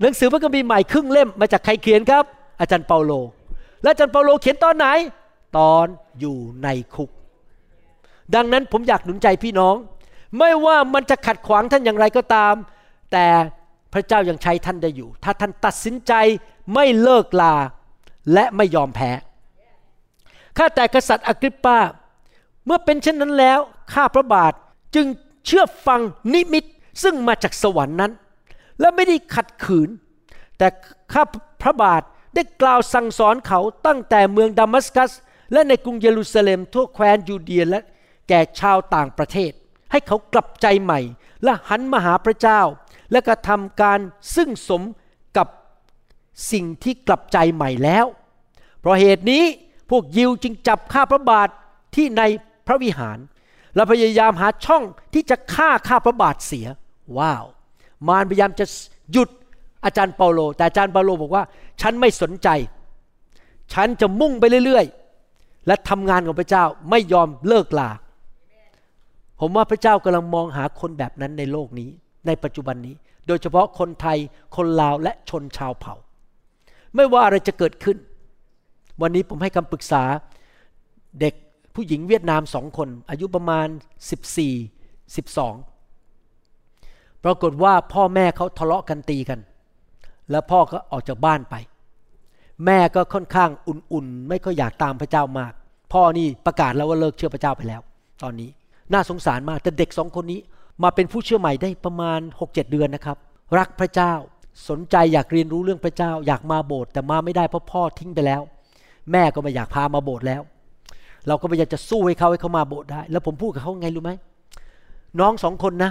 หนังสือพระคัมภีร์ใหม่ครึ่งเล่มมาจากใครเขียนครับอาจารย์เปาโลและอาจารย์เปาโลเขียนตอนไหนตอนอยู่ในคุกดังนั้นผมอยากหนุนใจพี่น้องไม่ว่ามันจะขัดขวางท่านอย่างไรก็ตามแต่พระเจ้ายังใช้ท่านได้อยู่ถ้าท่านตัดสินใจไม่เลิกลาและไม่ยอมแพ้ข้าแต่กษัตริย์อากริปปาเมื่อเป็นเช่นนั้นแล้วข้าพระบาทจึงเชื่อฟังนิมิตซึ่งมาจากสวรรค์นั้นและไม่ได้ขัดขืนแต่ข้าพระบาทได้กล่าวสั่งสอนเขาตั้งแต่เมืองดามัสกัสและในกรุงเยรูซาเล็มทั่วแคว้นยูเดียและแก่ชาวต่างประเทศให้เขากลับใจใหม่และหันมาหาพระเจ้าและกระทำการซึ่งสมกับสิ่งที่กลับใจใหม่แล้วเพราะเหตุนี้พวกยิวจึงจับข้าพระบาทที่ในพระวิหารและพยายามหาช่องที่จะฆ่าข้าพระบาทเสียว้าวมารพยายามจะหยุดอาจารย์เปาโลแต่อาจารย์เปาโลบอกว่าฉันไม่สนใจฉันจะมุ่งไปเรื่อยๆและทำงานของพระเจ้าไม่ยอมเลิกลาผมว่าพระเจ้ากำลังมองหาคนแบบนั้นในโลกนี้ในปัจจุบันนี้โดยเฉพาะคนไทยคนลาวและชนชาวเผ่าไม่ว่าอะไรจะเกิดขึ้นวันนี้ผมให้คำปรึกษาเด็กผู้หญิงเวียดนามสองคนอายุประมาณสิบสี่ สิบสองปรากฏว่าพ่อแม่เขาทะเลาะกันตีกันแล้วพ่อก็ออกจากบ้านไปแม่ก็ค่อนข้างอุ่นๆไม่ค่อยอยากตามพระเจ้ามากพ่อนี่ประกาศแล้วว่าเลิกเชื่อพระเจ้าไปแล้วตอนนี้น่าสงสารมากแต่เด็กสองคนนี้มาเป็นผู้เชื่อใหม่ได้ประมาณ หกเจ็ด เดือนนะครับรักพระเจ้าสนใจอยากเรียนรู้เรื่องพระเจ้าอยากมาโบสถ์แต่มาไม่ได้เพราะพ่อทิ้งไปแล้วแม่ก็ไม่อยากพามาโบสถ์แล้วเราก็พยายามจะสู้ให้เขาให้เขามาโบสถ์ได้แล้วผมพูดกับเขาไงรู้ไหมน้องสองคนนะ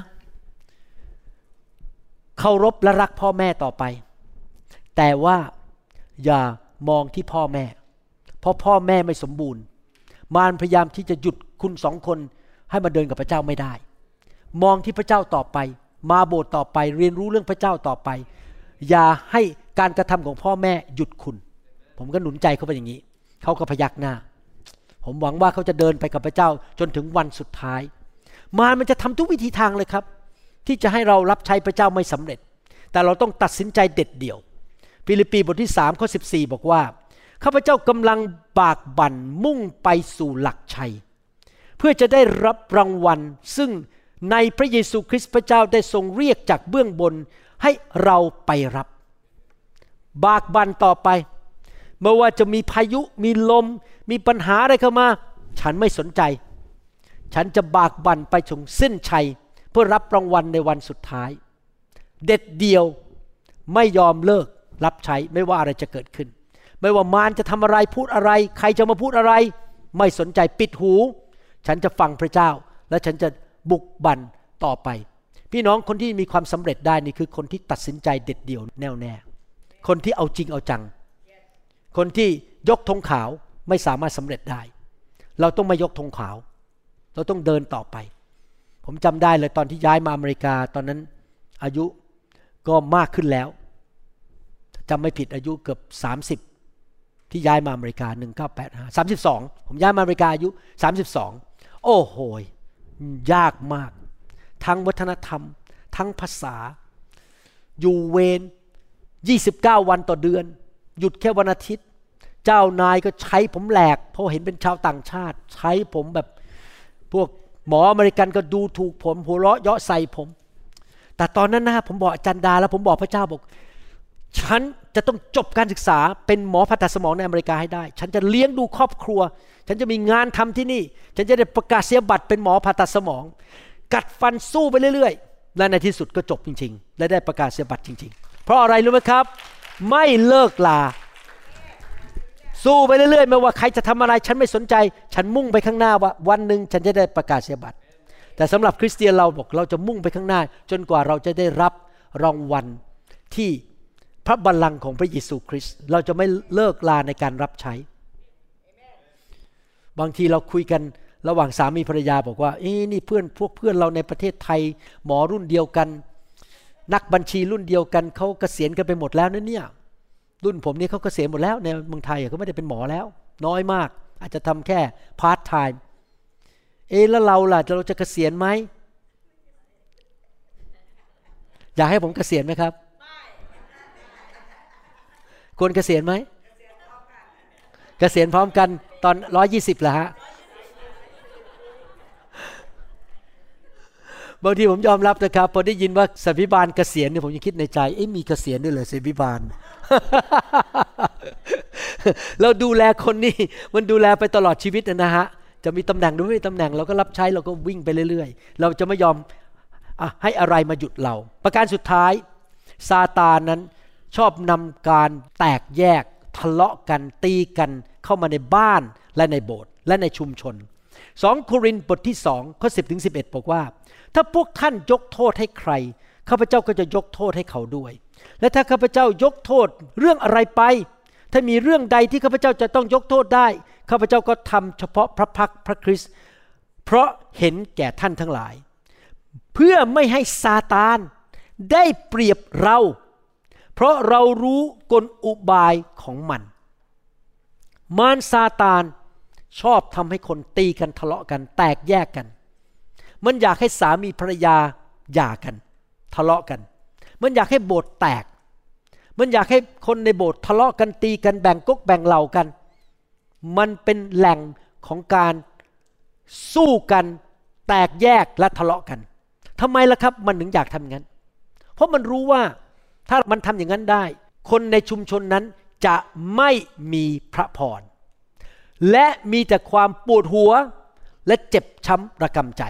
เคารพและรักพ่อแม่ต่อไปแต่ว่าอย่ามองที่พ่อแม่เพราะพ่อแม่ไม่สมบูรณ์มารพยายามที่จะหยุดคุณสองคนให้มาเดินกับพระเจ้าไม่ได้มองที่พระเจ้าต่อไปมาโบสถ์ต่อไปเรียนรู้เรื่องพระเจ้าต่อไปอย่าให้การกระทำของพ่อแม่หยุดคุณผมก็หนุนใจเขาไปอย่างนี้เขาก็พยักหน้าผมหวังว่าเขาจะเดินไปกับพระเจ้าจนถึงวันสุดท้ายมารมันจะทำทุกวิธีทางเลยครับที่จะให้เรารับใช้พระเจ้าไม่สำเร็จแต่เราต้องตัดสินใจเด็ดเดี่ยวฟิลิปปีบทที่สามข้อสิบสี่บอกว่าข้าพเจ้ากำลังบากบั่นมุ่งไปสู่หลักชัยเพื่อจะได้รับรางวัลซึ่งในพระเยซูคริสต์พระเจ้าได้ทรงเรียกจากเบื้องบนให้เราไปรับบากบั่นต่อไปไม่ว่าจะมีพายุมีลมมีปัญหาอะไรเข้ามาฉันไม่สนใจฉันจะบากบั่นไปถึงเส้นชัยเพื่อรับรางวัลในวันสุดท้ายเด็ดเดียวไม่ยอมเลิกรับใช้ไม่ว่าอะไรจะเกิดขึ้นไม่ว่ามารจะทำอะไรพูดอะไรใครจะมาพูดอะไรไม่สนใจปิดหูฉันจะฟังพระเจ้าและฉันจะบุกบั่นต่อไปพี่น้องคนที่มีความสำเร็จได้นี่คือคนที่ตัดสินใจเด็ดเดี่ยวแน่วแน่คนที่เอาจริงเอาจังคนที่ยกธงขาวไม่สามารถสำเร็จได้เราต้องไม่ยกธงขาวเราต้องเดินต่อไปผมจำได้เลยตอนที่ย้ายมาอเมริกาตอนนั้นอายุก็มากขึ้นแล้วจำไม่ผิดอายุเกือบสามสิบที่ย้ายมาอเมริกาหนึ่งเก้าแปดห้า สามสิบสองผมย้ายมาอเมริกาอายุสามสิบสองโอ้โหยากมากทั้งวัฒนธรรมทั้งภาษาอยู่เวรยี่สิบเก้าวันต่อเดือนหยุดแค่วันอาทิตย์เจ้านายก็ใช้ผมแหลกเพราะเห็นเป็นชาวต่างชาติใช้ผมแบบพวกหมออเมริกันก็ดูถูกผมหัวเราะเยาะใส่ผมแต่ตอนนั้นนะผมบอกอาจารย์ดาแล้วผมบอกพระเจ้าบอกฉันจะต้องจบการศึกษาเป็นหมอผ่าตัดสมองในอเมริกาให้ได้ฉันจะเลี้ยงดูครอบครัวฉันจะมีงานทำที่นี่ฉันจะได้ประกาศนียบัตรเป็นหมอผ่าตัดสมองกัดฟันสู้ไปเรื่อยๆและในที่สุดก็จบจริงๆและได้ประกาศนียบัตรจริงๆเพราะอะไรรู้ไหมครับไม่เลิกลาสู้ไปเรื่อยๆไม่ว่าใครจะทำอะไรฉันไม่สนใจฉันมุ่งไปข้างหน้าว่าวันหนึ่งฉันจะได้ประกาศนียบัตรแต่สำหรับคริสเตียนเราบอกเราจะมุ่งไปข้างหน้าจนกว่าเราจะได้รับรางวัลที่พระบัลลังก์ของพระเยซูคริสต์เราจะไม่เลิกลาในการรับใช้บางทีเราคุยกันระหว่างสามีภรรยาบอกว่าเอ้นี่เพื่อนพวกเพื่อนเราในประเทศไทยหมอรุ่นเดียวกันนักบัญชีรุ่นเดียวกันเขาเกษียณกันไปหมดแล้วนะเนี่ยรุ่นผมนี่เขาเกษียณหมดแล้วในเมืองไทยเขาไม่ได้เป็นหมอแล้วน้อยมากอาจจะทำแค่พาร์ทไทม์เอ๊ะแล้วเราล่ะเราจะเกษียณไหมอยากให้ผมเกษียณไหมครับควรเกษียณไหมเกษียณพร้อมกันตอนร้อยยี่สิบเหรอฮะบางทีผมยอมรับนะครับพอได้ยินว่าสัมพิบาลเกษียณเนี่ยผมยังคิดในใจเอ๊ะมีเกษียณด้วยเหรอสัมพิบาล เราดูแลคนนี่มันดูแลไปตลอดชีวิตนะฮะจะมีตำแหน่งหรือไม่มีตำแหน่งเราก็รับใช้เราก็วิ่งไปเรื่อยๆเราจะไม่ยอมให้อะไรมาหยุดเราประการสุดท้ายซาตานนั้นชอบนำการแตกแยกทะเลาะกันตีกันเข้ามาในบ้านและในโบสถ์และในชุมชนสองโครินธ์บทที่สองข้อสิบถึงสิบเอ็ดบอกว่าถ้าพวกท่านยกโทษให้ใครข้าพเจ้าก็จะยกโทษให้เขาด้วยและถ้าข้าพเจ้ายกโทษเรื่องอะไรไปถ้ามีเรื่องใดที่ข้าพเจ้าจะต้องยกโทษได้ข้าพเจ้าก็ทำเฉพาะพระพักพระคริสต์เพราะเห็นแก่ท่านทั้งหลายเพื่อไม่ให้ซาตานได้เปรียบเราเพราะเรารู้กลอุบายของมันมารซาตานชอบทำให้คนตีกันทะเลาะกันแตกแยกกันมันอยากให้สามีภรรยาหย่ากันทะเลาะกันมันอยากให้โบสถ์แตกมันอยากให้คนในโบสถ์ทะเลาะกันตีกันแบ่งก๊กแบ่งเหล่ากันมันเป็นแหล่งของการสู้กันแตกแยกและทะเลาะกันทำไมล่ะครับมันถึงอยากทำอย่างนั้นเพราะมันรู้ว่าถ้ามันทำอย่างนั้นได้คนในชุมชนนั้นจะไม่มีพระพรและมีแต่ความปวดหัวและเจ็บช้ำระกำใจ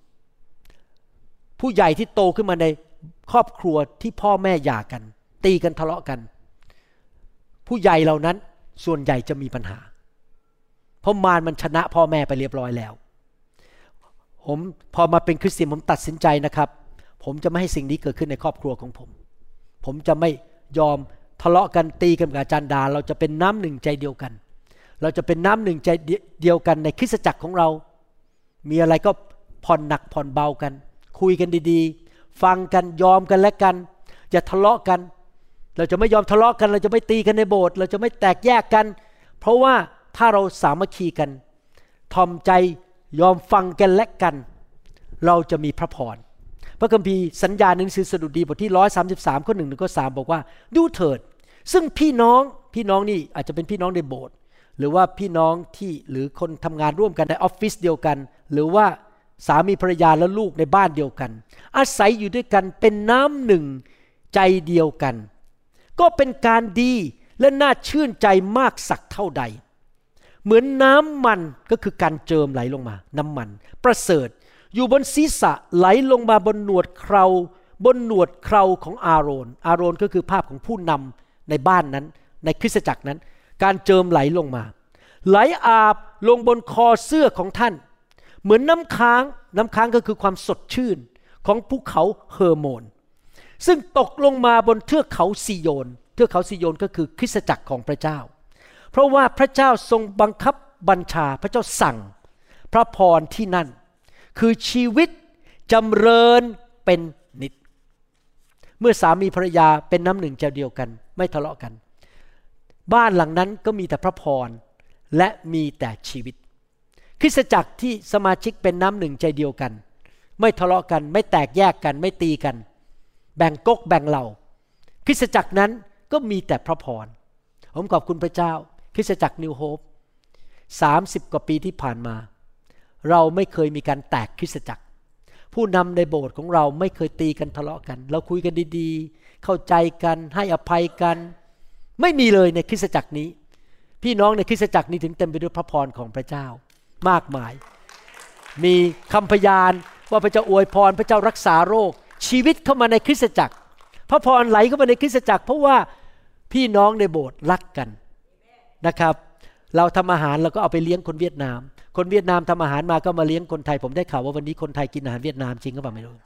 ผู้ใหญ่ที่โตขึ้นมาในครอบครัวที่พ่อแม่หย่ากันตีกันทะเลาะกันผู้ใหญ่เหล่านั้นส่วนใหญ่จะมีปัญหาเพราะมารมันชนะพ่อแม่ไปเรียบร้อยแล้วผมพอมาเป็นคริสเตียนผมตัดสินใจนะครับผมจะไม่ให้สิ่งนี้เกิดขึ้นในครอบครัวของผมผมจะไม่ยอมทะเลาะกันตีกันกับอาจารย์ดาเราจะเป็นน้ำหนึ่งใจเดียวกันเราจะเป็นน้ำหนึ่งใจเดียวกันในคริสตจักรของเรามีอะไรก็ผ่อนหนักผ่อนเบากันคุยกันดีๆฟังกันยอมกันและกันอย่าทะเลาะกันเราจะไม่ยอมทะเลาะกันเราจะไม่ตีกันในโบสถ์เราจะไม่แตกแยกกันเพราะว่าถ้าเราสามัคคีกันทอมใจยอมฟังกันและกันเราจะมีพระพรพระคัมภีร์สัญญาหนังสือสดุดีบทที่หนึ่งร้อยสามสิบสามข้อหนึ่งถึงข้อสามบอกว่าดูเถิดซึ่งพี่น้องพี่น้องนี่อาจจะเป็นพี่น้องในโบสถ์หรือว่าพี่น้องที่หรือคนทำงานร่วมกันในออฟฟิศเดียวกันหรือว่าสามีภรรยาและลูกในบ้านเดียวกันอาศัยอยู่ด้วยกันเป็นน้ำหนึ่งใจเดียวกันก็เป็นการดีและน่าชื่นใจมากสักเท่าใดเหมือนน้ำมันก็คือการเจิมไหลลงมาน้ำมันประเสริฐอยู่บนศีรษะไหลลงมาบนหนวดเคราบนหนวดเคราของอาโรนอาโรนก็คือภาพของผู้นำในบ้านนั้นในคริสตจักรนั้นการเจิมไหลลงมาไหลอาบลงบนคอเสื้อของท่านเหมือนน้ำค้างน้ำค้างก็คือความสดชื่นของภูเขาเฮอร์โมนซึ่งตกลงมาบนเทือกเขาซีโยนเทือกเขาซีโยนก็คือคริสตจักรของพระเจ้าเพราะว่าพระเจ้าทรงบังคับบัญชาพระเจ้าสั่งพระพรที่นั่นคือชีวิตจำเริญเป็นนิจเมื่อสามีภรรยาเป็นน้ำหนึ่งใจเดียวกันไม่ทะเลาะกันบ้านหลังนั้นก็มีแต่พระพรและมีแต่ชีวิตคริสตจักรที่สมาชิกเป็นน้ำหนึ่งใจเดียวกันไม่ทะเลาะกันไม่แตกแยกกันไม่ตีกันแบ่งก๊กแบ่งเหล่าคริสตจักรนั้นก็มีแต่พระพรผมขอบคุณพระเจ้าคริสตจักรนิวโฮปสามสิบกว่าปีที่ผ่านมาเราไม่เคยมีการแตกคริสตจักรผู้นำในโบสถ์ของเราไม่เคยตีกันทะเลาะกันเราคุยกันดีๆเข้าใจกันให้อภัยกันไม่มีเลยในคริสตจักรนี้พี่น้องในคริสตจักรนี้ถึงเต็มไปด้วยพระพรของพระเจ้ามากมายมีคำพยานว่าพระเจ้าอวยพรพระเจ้ารักษาโรคชีวิตเข้ามาในคริสตจักรพระพรไหลเข้ามาในคริสตจักรเพราะว่าพี่น้องในโบสถ์รักกันนะครับเราทำอาหารเราก็เอาไปเลี้ยงคนเวียดนามคนเวียดนามทำอาหารมาก็มาเลี้ยงคนไทยผมได้ข่าวว่าวันนี้คนไทยกินอาหารเวียดนามจริงหรือเปล่าไม่รู้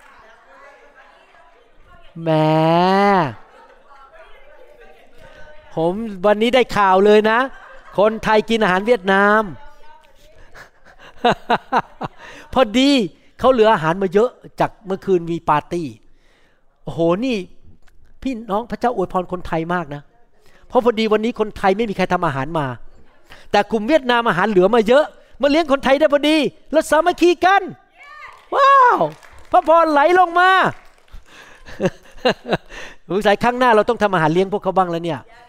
แหมผมวันนี้ได้ข่าวเลยนะคนไทยกินอาหารเวียดนาม พอดีเขาเหลืออาหารมาเยอะจากเมื่อคืนมีปาร์ตี้โอ้โหนี่พี่น้องพระเจ้าอวยพรคนไทยมากนะเพราะพอดีวันนี้คนไทยไม่มีใครทำอาหารมาแต่กลุ่มเวียดนามอาหารเหลือมาเยอะมาเลี้ยงคนไทยได้พอดีแล้วสามัคคีกัน yeah. ว้าวพระพรไหลลงมา สงสัยครั้งหน้าเราต้องทำอาหารเลี้ยงพวกเขาบ้างแล้วเนี่ย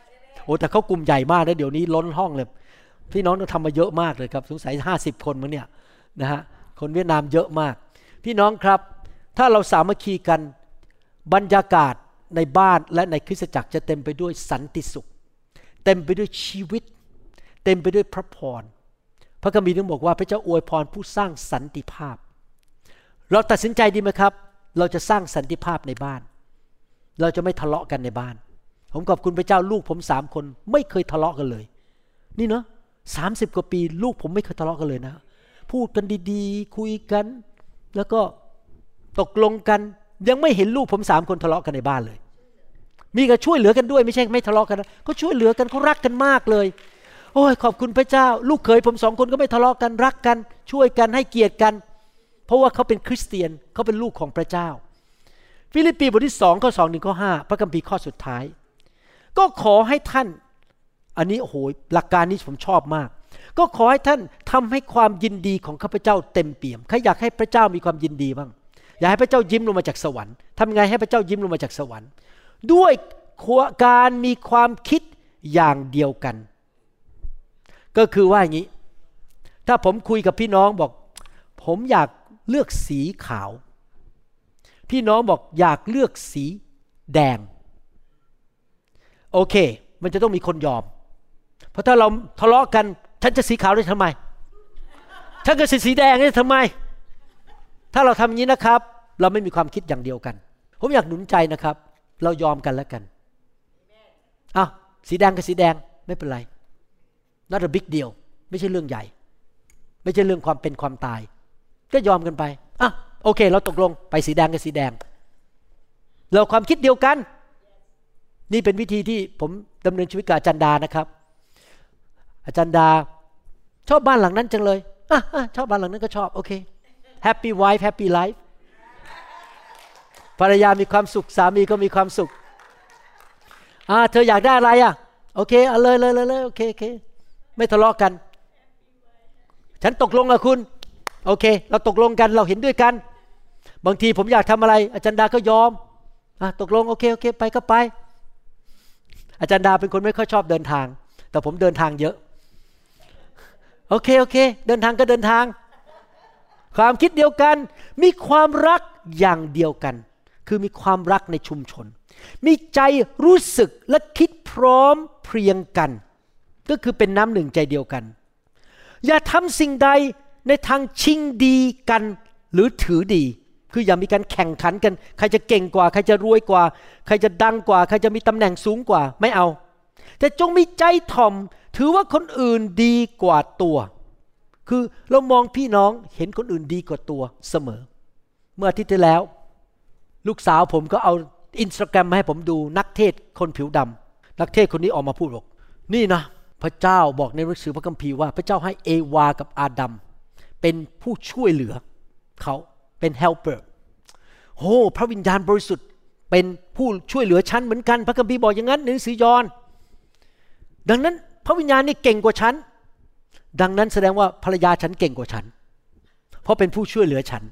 โอ้แต่เขากลุ่มใหญ่มากนะเดี๋ยวนี้ล้นห้องเลยพี่น้องต้องทำมาเยอะมากเลยครับสงสัยห้าสิบคนมั้งเนี่ยนะฮะคนเวียดนามเยอะมากพี่น้องครับถ้าเราสามัคคีกันบรรยากาศในบ้านและในคริสตจักรจะเต็มไปด้วยสันติสุขเต็มไปด้วยชีวิตเต็มไปด้วยพระพรพระคัมภีร์ต้องบอกว่าพระเจ้าอวยพรผู้สร้างสันติภาพเราตัดสินใจดีไหมครับเราจะสร้างสันติภาพในบ้านเราจะไม่ทะเลาะกันในบ้านผมขอบคุณพระเจ้าลูกผมสามคนไม่เคยทะเลาะกันเลยนี่เนาะสามสิบกว่าปีลูกผมไม่เคยทะเลาะกันเลยนะพูดกันดีๆคุยกันแล้วก็ตกลงกันยังไม่เห็นลูกผมสามคนทะเลาะกันในบ้านเลยมีการช่วยเหลือกันด้วยไม่ใช่ไม่ทะเลาะกันนะก็ช่วยเหลือกันเขารักกันมากเลยโอ้ยขอบคุณพระเจ้าลูกเขยผมสองคนก็ไม่ทะเลาะกันรักกันช่วยกันให้เกียรติกันเพราะว่าเขาเป็นคริสเตียนเขาเป็นลูกของพระเจ้าฟิลิปปีบทที่สองข้อสองถึงข้อห้าพระคัมภีร์ข้อสุดท้ายก็ขอให้ท่านอันนี้โอ้โหหลักการนี้ผมชอบมากก็ขอให้ท่านทำให้ความยินดีของข้าพเจ้าเต็มเปี่ยมใครอยากให้พระเจ้ามีความยินดีบ้างอยากให้พระเจ้ายิ้มลงมาจากสวรรค์ทำไงให้พระเจ้ายิ้มลงมาจากสวรรค์ด้วยการมีความคิดอย่างเดียวกันก็คือว่าอย่างนี้ถ้าผมคุยกับพี่น้องบอกผมอยากเลือกสีขาวพี่น้องบอกอยากเลือกสีแดงโอเคมันจะต้องมีคนยอมเพราะถ้าเราทะเลาะกันฉันจะสีขาวได้ทำไมฉันก็สีสีแดงได้ทำไมถ้าเราทำอย่างนี้นะครับเราไม่มีความคิดอย่างเดียวกันผมอยากหนุนใจนะครับเรายอมกันแล้วกันอ้าวสีแดงกับสีแดงไม่เป็นไร not a big deal ไม่ใช่เรื่องใหญ่ไม่ใช่เรื่องความเป็นความตายก็ยอมกันไปอ่ะโอเคเราตกลงไปสีแดงกับสีแดงเราความคิดเดียวกันนี่เป็นวิธีที่ผมดำเนินชีวิตกับอาจารย์ดานะครับอาจารย์ดาชอบบ้านหลังนั้นจังเลยอ่ะอ่ะชอบบ้านหลังนั้นก็ชอบโอเค happy wife happy life ภรรยามีความสุขสามีก็มีความสุขอ่าเธออยากได้อะไรอ่ะโอเคเอาเลยเลยเลยโอเคโอเคไม่ทะเลาะกันฉันตกลงกับคุณโอเคเราตกลงกันเราเห็นด้วยกันบางทีผมอยากทำอะไรอาจารย์ดาก็ยอมอ่ะตกลงโอเคโอเคไปก็ไปอาจารย์ดาเป็นคนไม่ค่อยชอบเดินทางแต่ผมเดินทางเยอะโอเคโอเคเดินทางก็เดินทางความคิดเดียวกันมีความรักอย่างเดียวกันคือมีความรักในชุมชนมีใจรู้สึกและคิดพร้อมเพรียงกันก็คือเป็นน้ำหนึ่งใจเดียวกันอย่าทำสิ่งใดในทางชิงดีกันหรือถือดีคืออย่ามีการแข่งขันกันใครจะเก่งกว่าใครจะรวยกว่าใครจะดังกว่าใครจะมีตำแหน่งสูงกว่าไม่เอาแต่จงมีใจถ่อมถือว่าคนอื่นดีกว่าตัวคือเรามองพี่น้องเห็นคนอื่นดีกว่าตัวเสมอเมื่ออาทิตย์ที่แล้วลูกสาวผมก็เอาอินสตาแกรมมาให้ผมดูนักเทศคนผิวดำนักเทศคนนี้ออกมาพูดบอกนี่นะพระเจ้าบอกในหนังสือพระคัมภีร์ว่าพระเจ้าให้เอวากับอาดัมเป็นผู้ช่วยเหลือเขาเป็น helper โอ้พระวิญญาณบริสุทธิ์เป็นผู้ช่วยเหลือฉันเหมือนกันพระคัมภีร์บอกอย่างนั้นในหนังสือยอห์นดังนั้นพระวิญญาณนี่เก่งกว่าฉันดังนั้นแสดงว่าภรรยาฉันเก่งกว่าฉันเพราะเป็นผู้ช่วยเหลือฉัน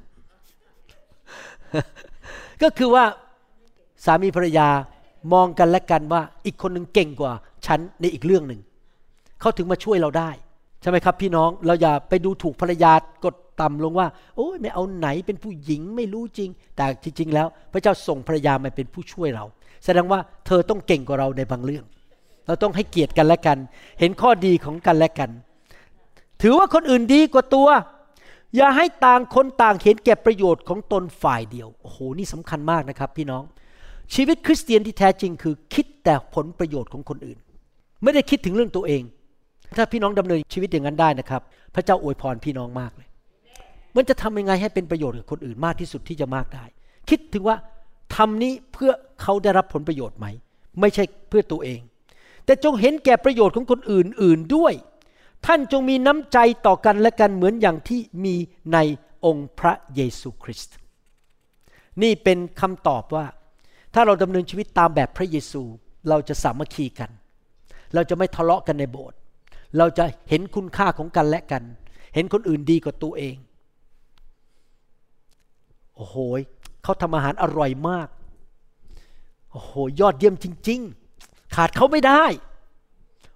ก็คือว่าสามีภรรยามองกันและกันว่าอีกคนนึงเก่งกว่าฉันในอีกเรื่องหนึ่งเขาถึงมาช่วยเราได้ใช่ไหมครับพี่น้องเราอย่าไปดูถูกภรรยากดต่ำลงว่าโอ้ยไม่เอาไหนเป็นผู้หญิงไม่รู้จริงแต่จริงๆแล้วพระเจ้าส่งภรรยามาเป็นผู้ช่วยเราแสดงว่าเธอต้องเก่งกว่าเราในบางเรื่องเราต้องให้เกียรติกันและกันเห็นข้อดีของกันและกันถือว่าคนอื่นดีกว่าตัวอย่าให้ต่างคนต่างเห็นแก่ประโยชน์ของตนฝ่ายเดียวโอ้โหนี่สำคัญมากนะครับพี่น้องชีวิตคริสเตียนที่แท้จริงคือคิดแต่ผลประโยชน์ของคนอื่นไม่ได้คิดถึงเรื่องตัวเองถ้าพี่น้องดำเนินชีวิตอย่างนั้นได้นะครับพระเจ้าอวยพรพี่น้องมากเลยมันจะทำยังไงให้เป็นประโยชน์กับคนอื่นมากที่สุดที่จะมากได้คิดถึงว่าทำนี้เพื่อเขาได้รับผลประโยชน์ไหมไม่ใช่เพื่อตัวเองแต่จงเห็นแก่ประโยชน์ของคนอื่นอื่นด้วยท่านจงมีน้ำใจต่อกันและกันเหมือนอย่างที่มีในองค์พระเยซูคริสต์นี่เป็นคำตอบว่าถ้าเราดำเนินชีวิตตามแบบพระเยซูเราจะสามัคคีกันเราจะไม่ทะเลาะกันในโบสถ์เราจะเห็นคุณค่าของกันและกันเห็นคนอื่นดีกว่าตัวเองโอ้โหเขาทำอาหารอร่อยมากโอ้โหยอดเยี่ยมจริงๆขาดเขาไม่ได้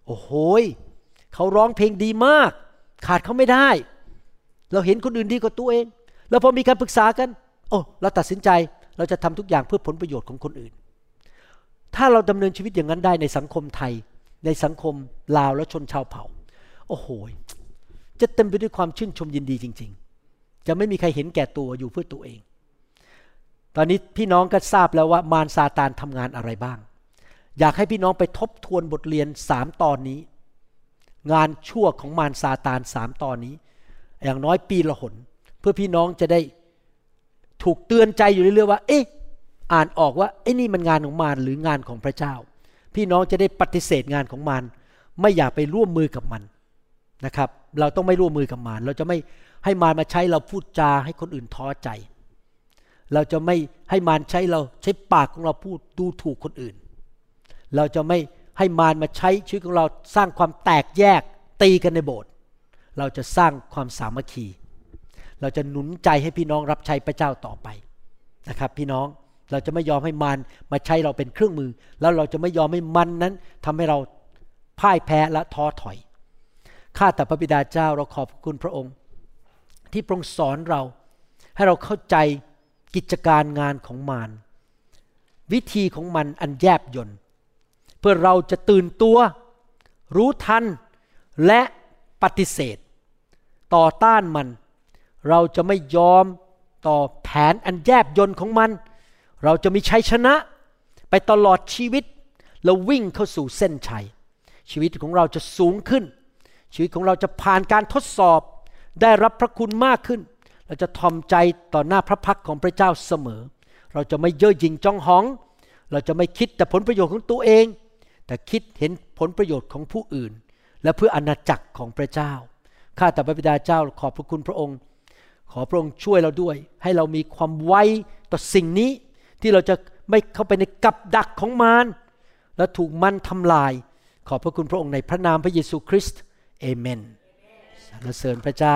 โอ้โหเขาร้องเพลงดีมากขาดเขาไม่ได้เราเห็นคนอื่นดีกว่าตัวเองแล้วพอมีการปรึกษากันโอ้เราตัดสินใจเราจะทำทุกอย่างเพื่อผลประโยชน์ของคนอื่นถ้าเราดำเนินชีวิตอย่างนั้นได้ในสังคมไทยในสังคมลาวและชนชาวเผ่าโอ้โหจะเต็มไปด้วยความชื่นชมยินดีจริงๆจะไม่มีใครเห็นแก่ตัวอยู่เพื่อตัวเองตอนนี้พี่น้องก็ทราบแล้วว่ามารซาตานทำงานอะไรบ้างอยากให้พี่น้องไปทบทวนบทเรียนสามตอนนี้งานชั่วของมารซาตานสามตอนนี้อย่างน้อยปีละหนเพื่อพี่น้องจะได้ถูกเตือนใจอยู่เรื่อยๆว่าเอ๊ะอ่านออกว่าไอ้นี่มันงานของมารหรืองานของพระเจ้าพี่น้องจะได้ปฏิเสธงานของมารไม่อยากไปร่วมมือกับมันนะครับเราต้องไม่ร่วมมือกับมารเราจะไม่ให้มารมาใช้เราพูดจาให้คนอื่นท้อใจเราจะไม่ให้มารใช้เราใช้ปากของเราพูดดูถูกคนอื่นเราจะไม่ให้มารมาใช้ชีวิตของเราสร้างความแตกแยกตีกันในโบสถ์เราจะสร้างความสามัคคีเราจะหนุนใจให้พี่น้องรับใช้พระเจ้าต่อไปนะครับพี่น้องเราจะไม่ยอมให้มารมาใช้เราเป็นเครื่องมือแล้วเราจะไม่ยอมให้มันนั้นทำให้เราพ่ายแพ้และท้อถอยข้าแต่พระบิดาเจ้าเราขอบคุณพระองค์ที่ทรงสอนเราให้เราเข้าใจกิจการงานของมารวิธีของมันอันแยบยลเพื่อเราจะตื่นตัวรู้ทันและปฏิเสธต่อต้านมันเราจะไม่ยอมต่อแผนอันแยบยลของมันเราจะมีชัยชนะไปตลอดชีวิตเราวิ่งเข้าสู่เส้นชัยชีวิตของเราจะสูงขึ้นชีวิตของเราจะผ่านการทดสอบได้รับพระคุณมากขึ้นเราจะทอมใจต่อหน้าพระพักของพระเจ้าเสมอเราจะไม่เย่อหยิ่งจองหองเราจะไม่คิดแต่ผลประโยชน์ของตัวเองแต่คิดเห็นผลประโยชน์ของผู้อื่นและเพื่ออาณาจักรของพระเจ้าข้าแต่พระบิดาเจ้าขอบพระคุณพระองค์ขอพระองค์ช่วยเราด้วยให้เรามีความไวต่อสิ่งนี้ที่เราจะไม่เข้าไปในกับดักของมารและถูกมันทำลายขอบพระคุณพระองค์ในพระนามพระเยซูคริสต์เอเมนสรรเสริญพระเจ้า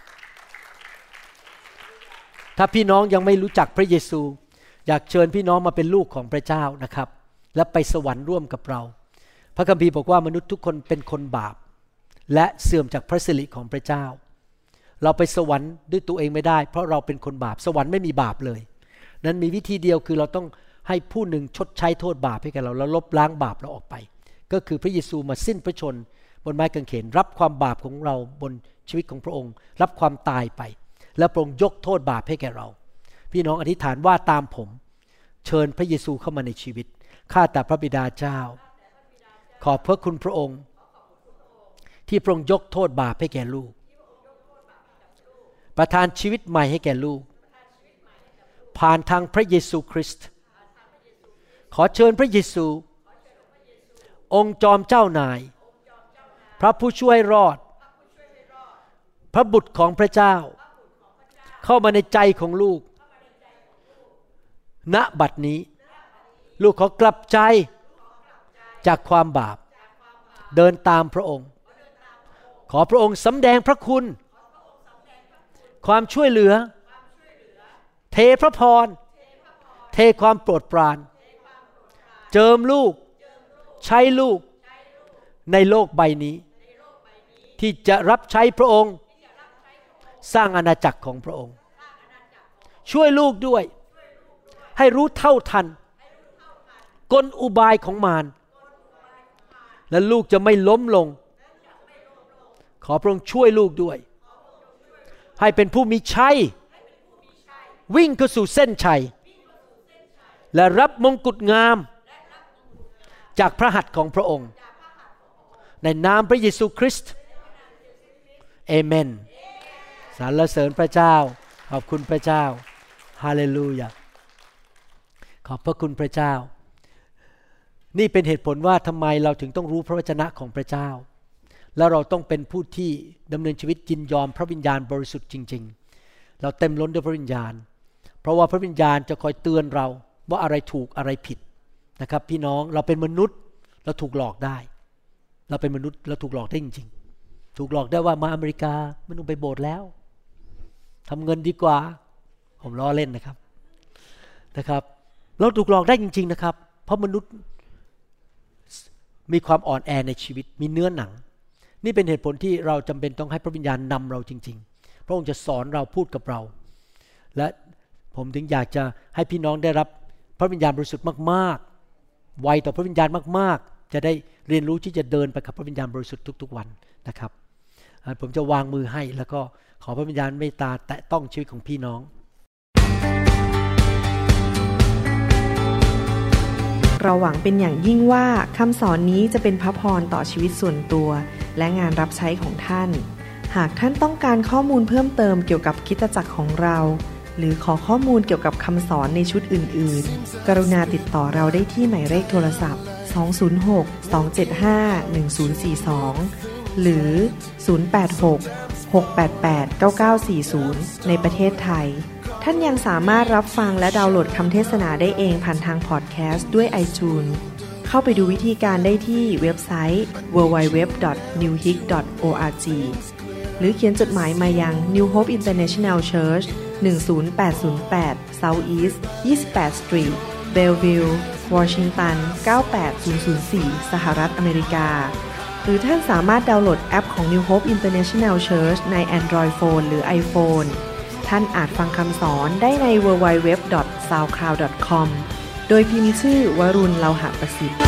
ถ้าพี่น้องยังไม่รู้จักพระเยซูอยากเชิญพี่น้องมาเป็นลูกของพระเจ้านะครับและไปสวรรค์ร่วมกับเราพระคัมภีร์บอกว่ามนุษย์ทุกคนเป็นคนบาปและเสื่อมจากพระสิริของพระเจ้าเราไปสวรรค์ด้วยตัวเองไม่ได้เพราะเราเป็นคนบาปสวรรค์ไม่มีบาปเลยนั้นมีวิธีเดียวคือเราต้องให้ผู้หนึ่งชดใช้โทษบาปให้แก่เราแล้วลบล้างบาปเราออกไปก็คือพระเยซูมาสิ้นพระชนบนไม้กางเขนรับความบาปของเราบนชีวิตของพระองค์รับความตายไปและพระองค์ยกโทษบาปให้แก่เราพี่น้องอธิษฐานว่าตามผมเชิญพระเยซูเข้ามาในชีวิตข้าแต่พระบิดาเจ้าขอบพระคุณพระองค์ที่พระองค์ยกโทษบาปให้แก่ลูกประทานชีวิตใหม่ให้แก่ลูกผ่านทางพระเยซูคริสต์ขอเชิญพระเยซูองค์จอมเจ้านายพระผู้ช่วยรอดพระบุตรของพระเจ้าเข้ามาในใจของลูกณบัดนี้ลูกขอกลับใจจากความบาปเดินตามพระองค์ขอพระองค์สำแดงพระคุณความช่วยเหลือเทพระพรเทความโปรดปรานเจิมลูกใช้ลูกในโลกใบนี้ที่จะรับใช้พระองค์สร้างอาณาจักรของพระองค์ช่วยลูกด้วยให้รู้เท่าทันกลอุบายของมารและลูกจะไม่ล้มลงขอพระองค์ช่วยลูกด้วยให้เป็นผู้มีชัยวิ่งเข้าสู่เส้นชัยและรับมงกุฎงามจากพระหัตถ์ของพระองค์ในนามพระเยซูคริสต์เอเมนสรรเสริญพระเจ้าขอบคุณพระเจ้าฮาเลลูยาขอบพระคุณพระเจ้านี่เป็นเหตุผลว่าทำไมเราถึงต้องรู้พระวจนะของพระเจ้าแล้วเราต้องเป็นผู้ที่ดำเนินชีวิตยินยอมพระวิญญาณบริสุทธิ์จริงๆเราเต็มล้นด้วยพระวิญญาณเพราะว่าพระวิญญาณจะคอยเตือนเราว่าอะไรถูกอะไรผิดนะครับพี่น้องเราเป็นมนุษย์เราถูกหลอกได้เราเป็นมนุษย์เราถูกหลอกได้จริงๆถูกหลอกได้ว่ามาอเมริกาไม่ต้องไปโบสถ์แล้วทำเงินดีกว่าผมล้อเล่นนะครับนะครับเราถูกหลอกได้จริงๆนะครับเพราะมนุษย์มีความอ่อนแอในชีวิตมีเนื้อหนังนี่เป็นเหตุผลที่เราจำเป็นต้องให้พระวิญญาณนำเราจริงๆพระองค์จะสอนเราพูดกับเราและผมถึงอยากจะให้พี่น้องได้รับพระวิญญาณบริสุทธิ์มากๆไวต่อพระวิญญาณมากๆจะได้เรียนรู้ที่จะเดินไปกับพระวิญญาณบริสุทธิ์ทุกๆวันนะครับผมจะวางมือให้แล้วก็ขอพระวิญญาณเมตตาแตะต้องชีวิตของพี่น้องเราหวังเป็นอย่างยิ่งว่าคำสอนนี้จะเป็นพระพรต่อชีวิตส่วนตัวและงานรับใช้ของท่านหากท่านต้องการข้อมูลเพิ่มเติมเกี่ยวกับคริสตจักรของเราหรือขอข้อมูลเกี่ยวกับคำสอนในชุดอื่นๆกรุณาติดต่อเราได้ที่หมายเลขโทรศัพท์สอง ศูนย์ หก สอง เจ็ด ห้า หนึ่ง ศูนย์ สี่ สองหรือศูนย์ แปด หก หก แปด แปด เก้า เก้า สี่ ศูนย์ในประเทศไทยท่านยังสามารถรับฟังและดาวน์โหลดคำเทศนาได้เองผ่านทางพอดแคสต์ด้วย iTunes เข้าไปดูวิธีการได้ที่เว็บไซต์ ดับเบิลยู ดับเบิลยู ดับเบิลยู ดอท นิว โฮป ดอท โอ อาร์ จี หรือเขียนจดหมายมายัง New Hope International Church หนึ่ง ศูนย์ แปด ศูนย์ แปด South East ยี่สิบแปด Street Bellevue Washington เก้า แปด ศูนย์ ศูนย์ สี่ สหรัฐอเมริกาหรือท่านสามารถดาวน์โหลดแอปของ New Hope International Church ใน Android Phone หรือ iPhone ท่านอาจฟังคำสอนได้ใน ดับเบิลยู ดับเบิลยู ดับเบิลยู ดอท ซาวด์คลาวด์ ดอท คอม โดยพิมพ์ชื่อวรุณ เลาหะประสิทธิ์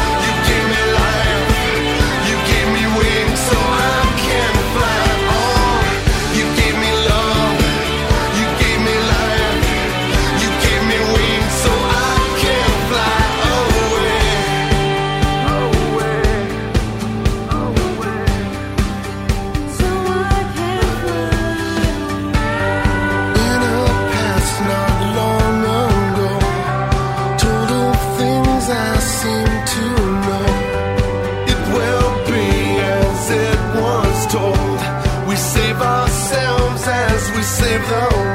Save the